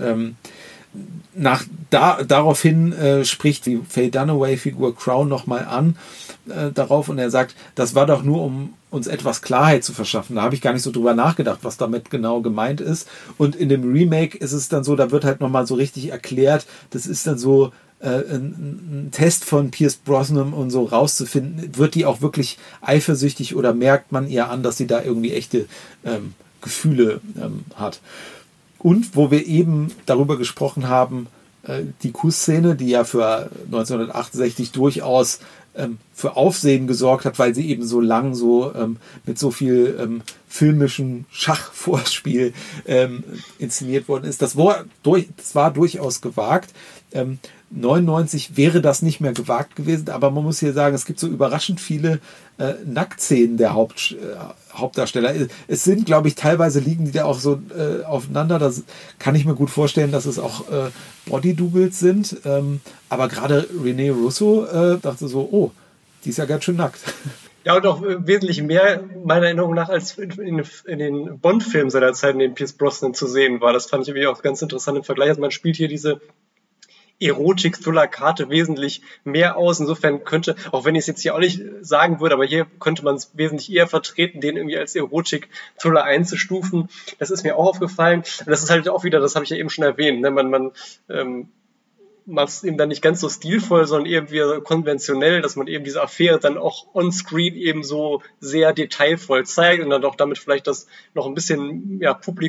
daraufhin spricht die Faye Dunaway-Figur Crown nochmal an darauf und er sagt, das war doch nur, um uns etwas Klarheit zu verschaffen. Da habe ich gar nicht so drüber nachgedacht, was damit genau gemeint ist. Und in dem Remake ist es dann so, da wird halt nochmal so richtig erklärt, das ist dann so ein Test von Pierce Brosnan und so rauszufinden, wird die auch wirklich eifersüchtig oder merkt man ihr an, dass sie da irgendwie echte Gefühle hat. Und wo wir eben darüber gesprochen haben, die Kussszene, die ja für 1968 durchaus für Aufsehen gesorgt hat, weil sie eben so lang mit so viel filmischen Schachvorspiel inszeniert worden ist. Das war durchaus gewagt. 99 wäre das nicht mehr gewagt gewesen, aber man muss hier sagen, es gibt so überraschend viele Nacktszenen der Hauptdarsteller. Es sind, glaube ich, teilweise liegen die da auch so aufeinander. Das kann ich mir gut vorstellen, dass es auch Body-Doubles sind. Aber gerade René Russo dachte so, die ist ja ganz schön nackt.
Ja, und auch wesentlich mehr, meiner Erinnerung nach, als in den Bond-Filmen seiner Zeit, in denen Pierce Brosnan zu sehen war. Das fand ich irgendwie auch ganz interessant im Vergleich. Also man spielt hier diese Erotik-Thriller-Karte wesentlich mehr aus. Insofern könnte, auch wenn ich es jetzt hier auch nicht sagen würde, aber hier könnte man es wesentlich eher vertreten, den irgendwie als Erotik-Thriller einzustufen. Das ist mir auch aufgefallen. Und das ist halt auch wieder, das habe ich ja eben schon erwähnt, ne? Man macht es eben dann nicht ganz so stilvoll, sondern irgendwie so konventionell, dass man eben diese Affäre dann auch on-screen eben so sehr detailvoll zeigt und dann auch damit vielleicht das noch ein bisschen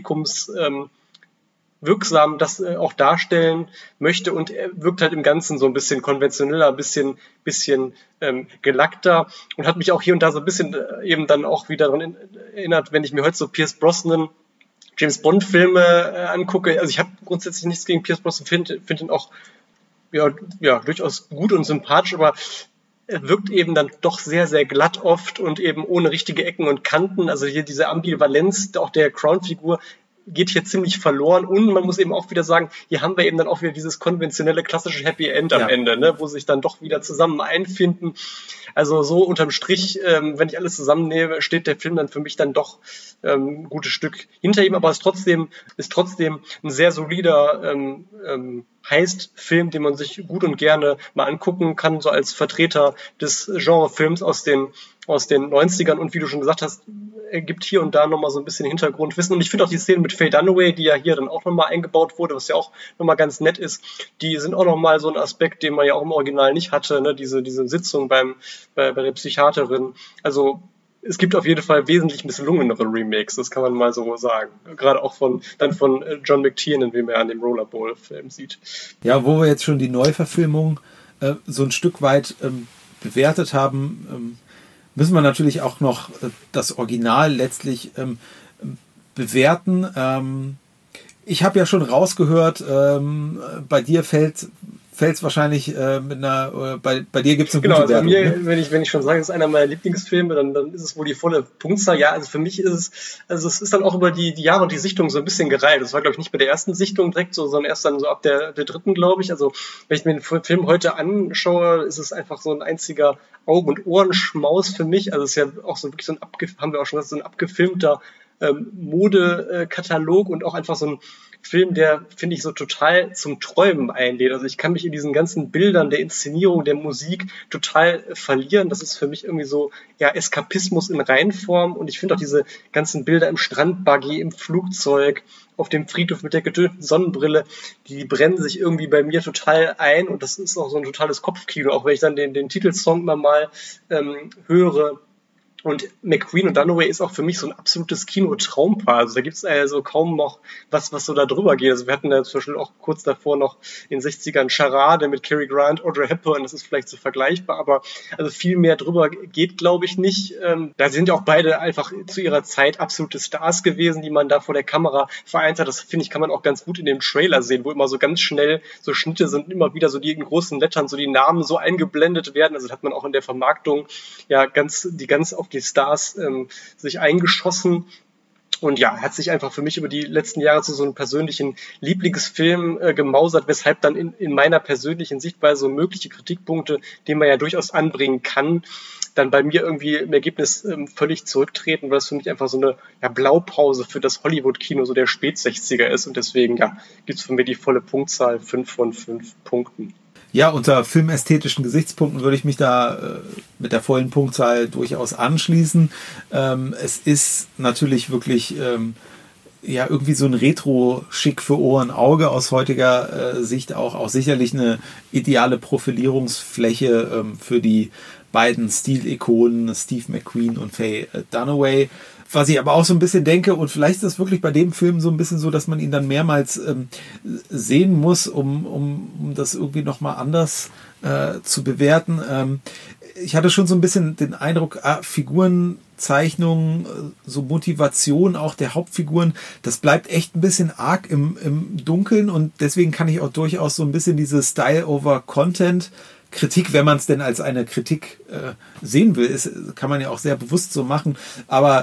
wirksam das auch darstellen möchte, und er wirkt halt im Ganzen so ein bisschen konventioneller, ein bisschen gelackter, und hat mich auch hier und da so ein bisschen eben dann auch wieder daran erinnert, wenn ich mir heute so Pierce Brosnan James Bond Filme angucke. Also ich habe grundsätzlich nichts gegen Pierce Brosnan, finde ihn auch durchaus gut und sympathisch, aber er wirkt eben dann doch sehr, sehr glatt oft und eben ohne richtige Ecken und Kanten. Also hier diese Ambivalenz auch der Crown-Figur geht hier ziemlich verloren, und man muss eben auch wieder sagen, hier haben wir eben dann auch wieder dieses konventionelle, klassische Happy End am Ende, ne, wo sie sich dann doch wieder zusammen einfinden. Also so unterm Strich, wenn ich alles zusammennehme, steht der Film dann für mich dann doch ein gutes Stück hinter ihm, aber ist trotzdem ein sehr solider Heist-Film, den man sich gut und gerne mal angucken kann, so als Vertreter des Genrefilms aus den 90ern, und wie du schon gesagt hast, er gibt hier und da nochmal so ein bisschen Hintergrundwissen, und ich finde auch die Szene mit Faye Dunaway, die ja hier dann auch nochmal eingebaut wurde, was ja auch nochmal ganz nett ist, die sind auch nochmal so ein Aspekt, den man ja auch im Original nicht hatte, ne? Diese Sitzung bei der Psychiaterin. Also es gibt auf jeden Fall wesentlich misslungenere Remakes, das kann man mal so sagen. Gerade auch von John McTiernan, wie man ja an dem Rollerball-Film sieht.
Ja, wo wir jetzt schon die Neuverfilmung so ein Stück weit bewertet haben, müssen wir natürlich auch noch das Original letztlich bewerten. Ich habe ja schon rausgehört, bei dir fällt es wahrscheinlich bei dir gibt es eine gute Wertung.
Genau, also wenn ich schon sage, es ist einer meiner Lieblingsfilme, dann ist es wohl die volle Punktzahl. Ja, also für mich ist es ist dann auch über die Jahre und die Sichtung so ein bisschen gereiht. Das war, glaube ich, nicht bei der ersten Sichtung direkt so, sondern erst dann so ab der dritten, glaube ich. Also wenn ich mir den Film heute anschaue, ist es einfach so ein einziger Augen- und Ohrenschmaus für mich. Also es ist ja auch so wirklich haben wir auch schon gesagt, so ein abgefilmter Modekatalog und auch einfach so ein Film, der, finde ich, so total zum Träumen einlädt. Also ich kann mich in diesen ganzen Bildern der Inszenierung, der Musik total verlieren. Das ist für mich irgendwie so, ja, Eskapismus in Reinform, und ich finde auch diese ganzen Bilder im Strandbuggy, im Flugzeug, auf dem Friedhof mit der getönten Sonnenbrille, die brennen sich irgendwie bei mir total ein, und das ist auch so ein totales Kopfkino, auch wenn ich dann den Titelsong mal höre. Und McQueen und Dunaway ist auch für mich so ein absolutes Kinotraumpaar. Also da gibt es also kaum noch was so da drüber geht. Also wir hatten da zum Beispiel auch kurz davor noch in den 60ern Charade mit Cary Grant, Audrey Hepburn, das ist vielleicht so vergleichbar, aber also viel mehr drüber geht, glaube ich, nicht. Da sind ja auch beide einfach zu ihrer Zeit absolute Stars gewesen, die man da vor der Kamera vereint hat. Das, finde ich, kann man auch ganz gut in dem Trailer sehen, wo immer so ganz schnell so Schnitte sind, immer wieder so die in großen Lettern, so die Namen so eingeblendet werden. Also hat man auch in der Vermarktung ja ganz auf die Stars sich eingeschossen, und ja, hat sich einfach für mich über die letzten Jahre zu so einem persönlichen Lieblingsfilm gemausert, weshalb dann in meiner persönlichen Sichtweise so mögliche Kritikpunkte, die man ja durchaus anbringen kann, dann bei mir irgendwie im Ergebnis völlig zurücktreten, weil es für mich einfach so eine Blaupause für das Hollywood-Kino so der Spätsechziger ist, und deswegen gibt es von mir die volle Punktzahl 5 von 5 Punkten.
Ja, unter filmästhetischen Gesichtspunkten würde ich mich da mit der vollen Punktzahl durchaus anschließen. Es ist natürlich wirklich irgendwie so ein Retro-Schick für Ohr und Auge aus heutiger Sicht auch sicherlich eine ideale Profilierungsfläche für die beiden Stilikonen Steve McQueen und Faye Dunaway. Was ich aber auch so ein bisschen denke, und vielleicht ist das wirklich bei dem Film so ein bisschen so, dass man ihn dann mehrmals sehen muss, um das irgendwie nochmal anders zu bewerten. Ich hatte schon so ein bisschen den Eindruck, Figurenzeichnungen, so Motivation auch der Hauptfiguren, das bleibt echt ein bisschen arg im Dunkeln, und deswegen kann ich auch durchaus so ein bisschen diese Style over Content Kritik, wenn man es denn als eine Kritik sehen will, kann man ja auch sehr bewusst so machen. Aber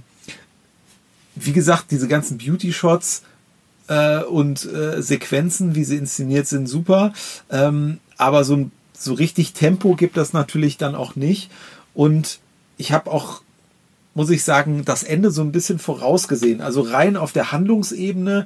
wie gesagt, diese ganzen Beauty-Shots und Sequenzen, wie sie inszeniert sind, super. Aber so richtig Tempo gibt das natürlich dann auch nicht. Und ich habe auch, muss ich sagen, das Ende so ein bisschen vorausgesehen. Also rein auf der Handlungsebene,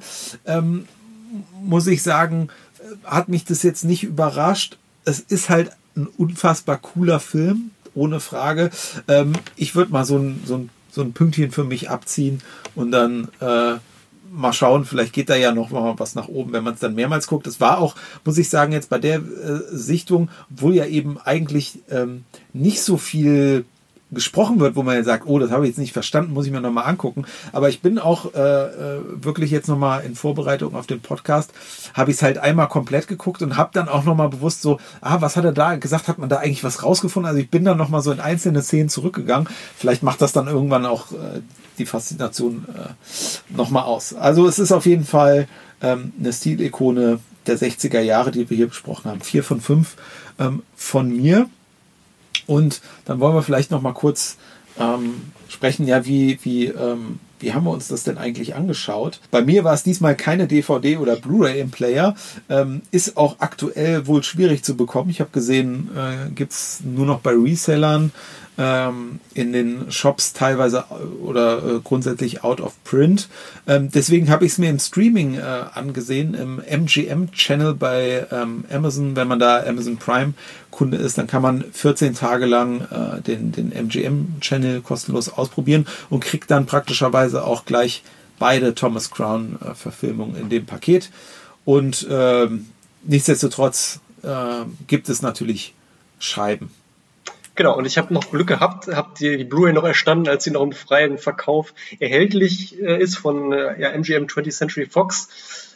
muss ich sagen, hat mich das jetzt nicht überrascht. Es ist halt ein unfassbar cooler Film, ohne Frage. Ich würde mal so ein Pünktchen für mich abziehen, und dann mal schauen, vielleicht geht da ja noch mal was nach oben, wenn man es dann mehrmals guckt. Es war auch, muss ich sagen, jetzt bei der Sichtung, obwohl ja eben eigentlich nicht so viel gesprochen wird, wo man ja sagt, oh, das habe ich jetzt nicht verstanden, muss ich mir nochmal angucken. Aber ich bin auch wirklich jetzt nochmal in Vorbereitung auf den Podcast, habe ich es halt einmal komplett geguckt und habe dann auch nochmal bewusst so, was hat er da gesagt, hat man da eigentlich was rausgefunden? Also ich bin dann nochmal so in einzelne Szenen zurückgegangen. Vielleicht macht das dann irgendwann auch die Faszination nochmal aus. Also es ist auf jeden Fall eine Stilikone der 60er Jahre, die wir hier besprochen haben. 4 von 5 von mir. Und dann wollen wir vielleicht noch mal kurz sprechen, ja, wie haben wir uns das denn eigentlich angeschaut? Bei mir war es diesmal keine DVD oder Blu-ray im Player. Ist auch aktuell wohl schwierig zu bekommen. Ich habe gesehen, gibt es nur noch bei Resellern, in den Shops teilweise oder grundsätzlich out of print. Deswegen habe ich es mir im Streaming angesehen, im MGM-Channel bei Amazon. Wenn man da Amazon Prime-Kunde ist, dann kann man 14 Tage lang den MGM-Channel kostenlos ausprobieren und kriegt dann praktischerweise auch gleich beide Thomas Crown-Verfilmungen in dem Paket. Und nichtsdestotrotz gibt es natürlich Scheiben.
Genau, und ich habe noch Glück gehabt, habe die Blu-ray noch erstanden, als sie noch im freien Verkauf erhältlich ist von MGM 20th Century Fox.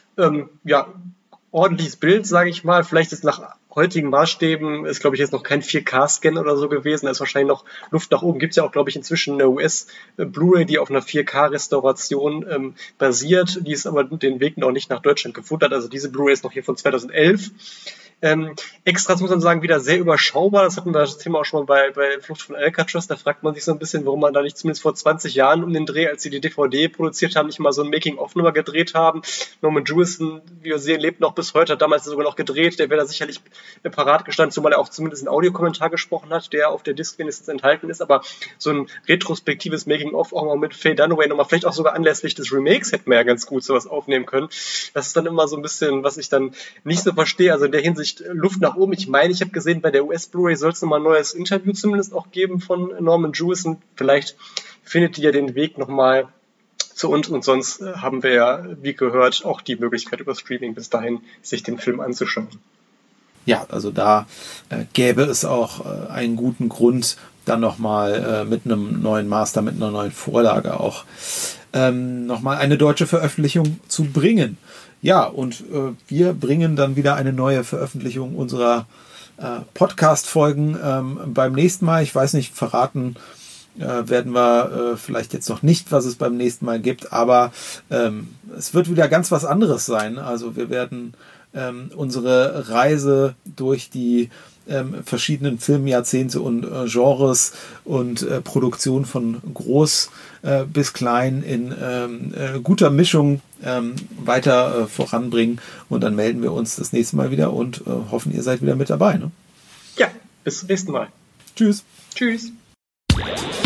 Ordentliches Bild, sage ich mal. Vielleicht ist nach heutigen Maßstäben, ist glaube ich jetzt noch kein 4K-Scan oder so gewesen, da ist wahrscheinlich noch Luft nach oben. Gibt es ja auch, glaube ich, inzwischen eine US-Blu-ray, die auf einer 4K-Restauration basiert, die ist aber den Weg noch nicht nach Deutschland gefunden hat. Also diese Blu-ray ist noch hier von 2011. Extras muss man sagen, wieder sehr überschaubar. Das hatten wir das Thema auch schon mal bei Flucht von Alcatraz. Da fragt man sich so ein bisschen, warum man da nicht zumindest vor 20 Jahren um den Dreh, als sie die DVD produziert haben, nicht mal so ein Making-of-Nummer gedreht haben. Norman Jewison, wie wir sehen, lebt noch bis heute, hat damals sogar noch gedreht. Der wäre da sicherlich parat gestanden, zumal er auch zumindest einen Audiokommentar gesprochen hat, der auf der Disc wenigstens enthalten ist. Aber so ein retrospektives Making-of auch mal mit Faye Dunaway nochmal, vielleicht auch sogar anlässlich des Remakes, hätten wir ja ganz gut sowas aufnehmen können. Das ist dann immer so ein bisschen, was ich dann nicht so verstehe. Also in der Hinsicht Luft nach oben. Ich meine, ich habe gesehen, bei der US-Blu-ray soll es nochmal ein neues Interview zumindest auch geben von Norman Jewison. Vielleicht findet die ja den Weg nochmal zu uns und sonst haben wir ja, wie gehört, auch die Möglichkeit über Streaming bis dahin, sich den Film anzuschauen.
Ja, also da gäbe es auch einen guten Grund, dann nochmal mit einem neuen Master, mit einer neuen Vorlage auch nochmal eine deutsche Veröffentlichung zu bringen. Ja, und wir bringen dann wieder eine neue Veröffentlichung unserer Podcast-Folgen beim nächsten Mal. Ich weiß nicht, verraten werden wir vielleicht jetzt noch nicht, was es beim nächsten Mal gibt, aber es wird wieder ganz was anderes sein. Also wir werden unsere Reise durch die verschiedenen Filmjahrzehnte und Genres und Produktion von groß bis klein in guter Mischung weiter voranbringen, und dann melden wir uns das nächste Mal wieder und hoffen, ihr seid wieder mit dabei. Ne?
Ja, bis zum nächsten Mal.
Tschüss.
Tschüss.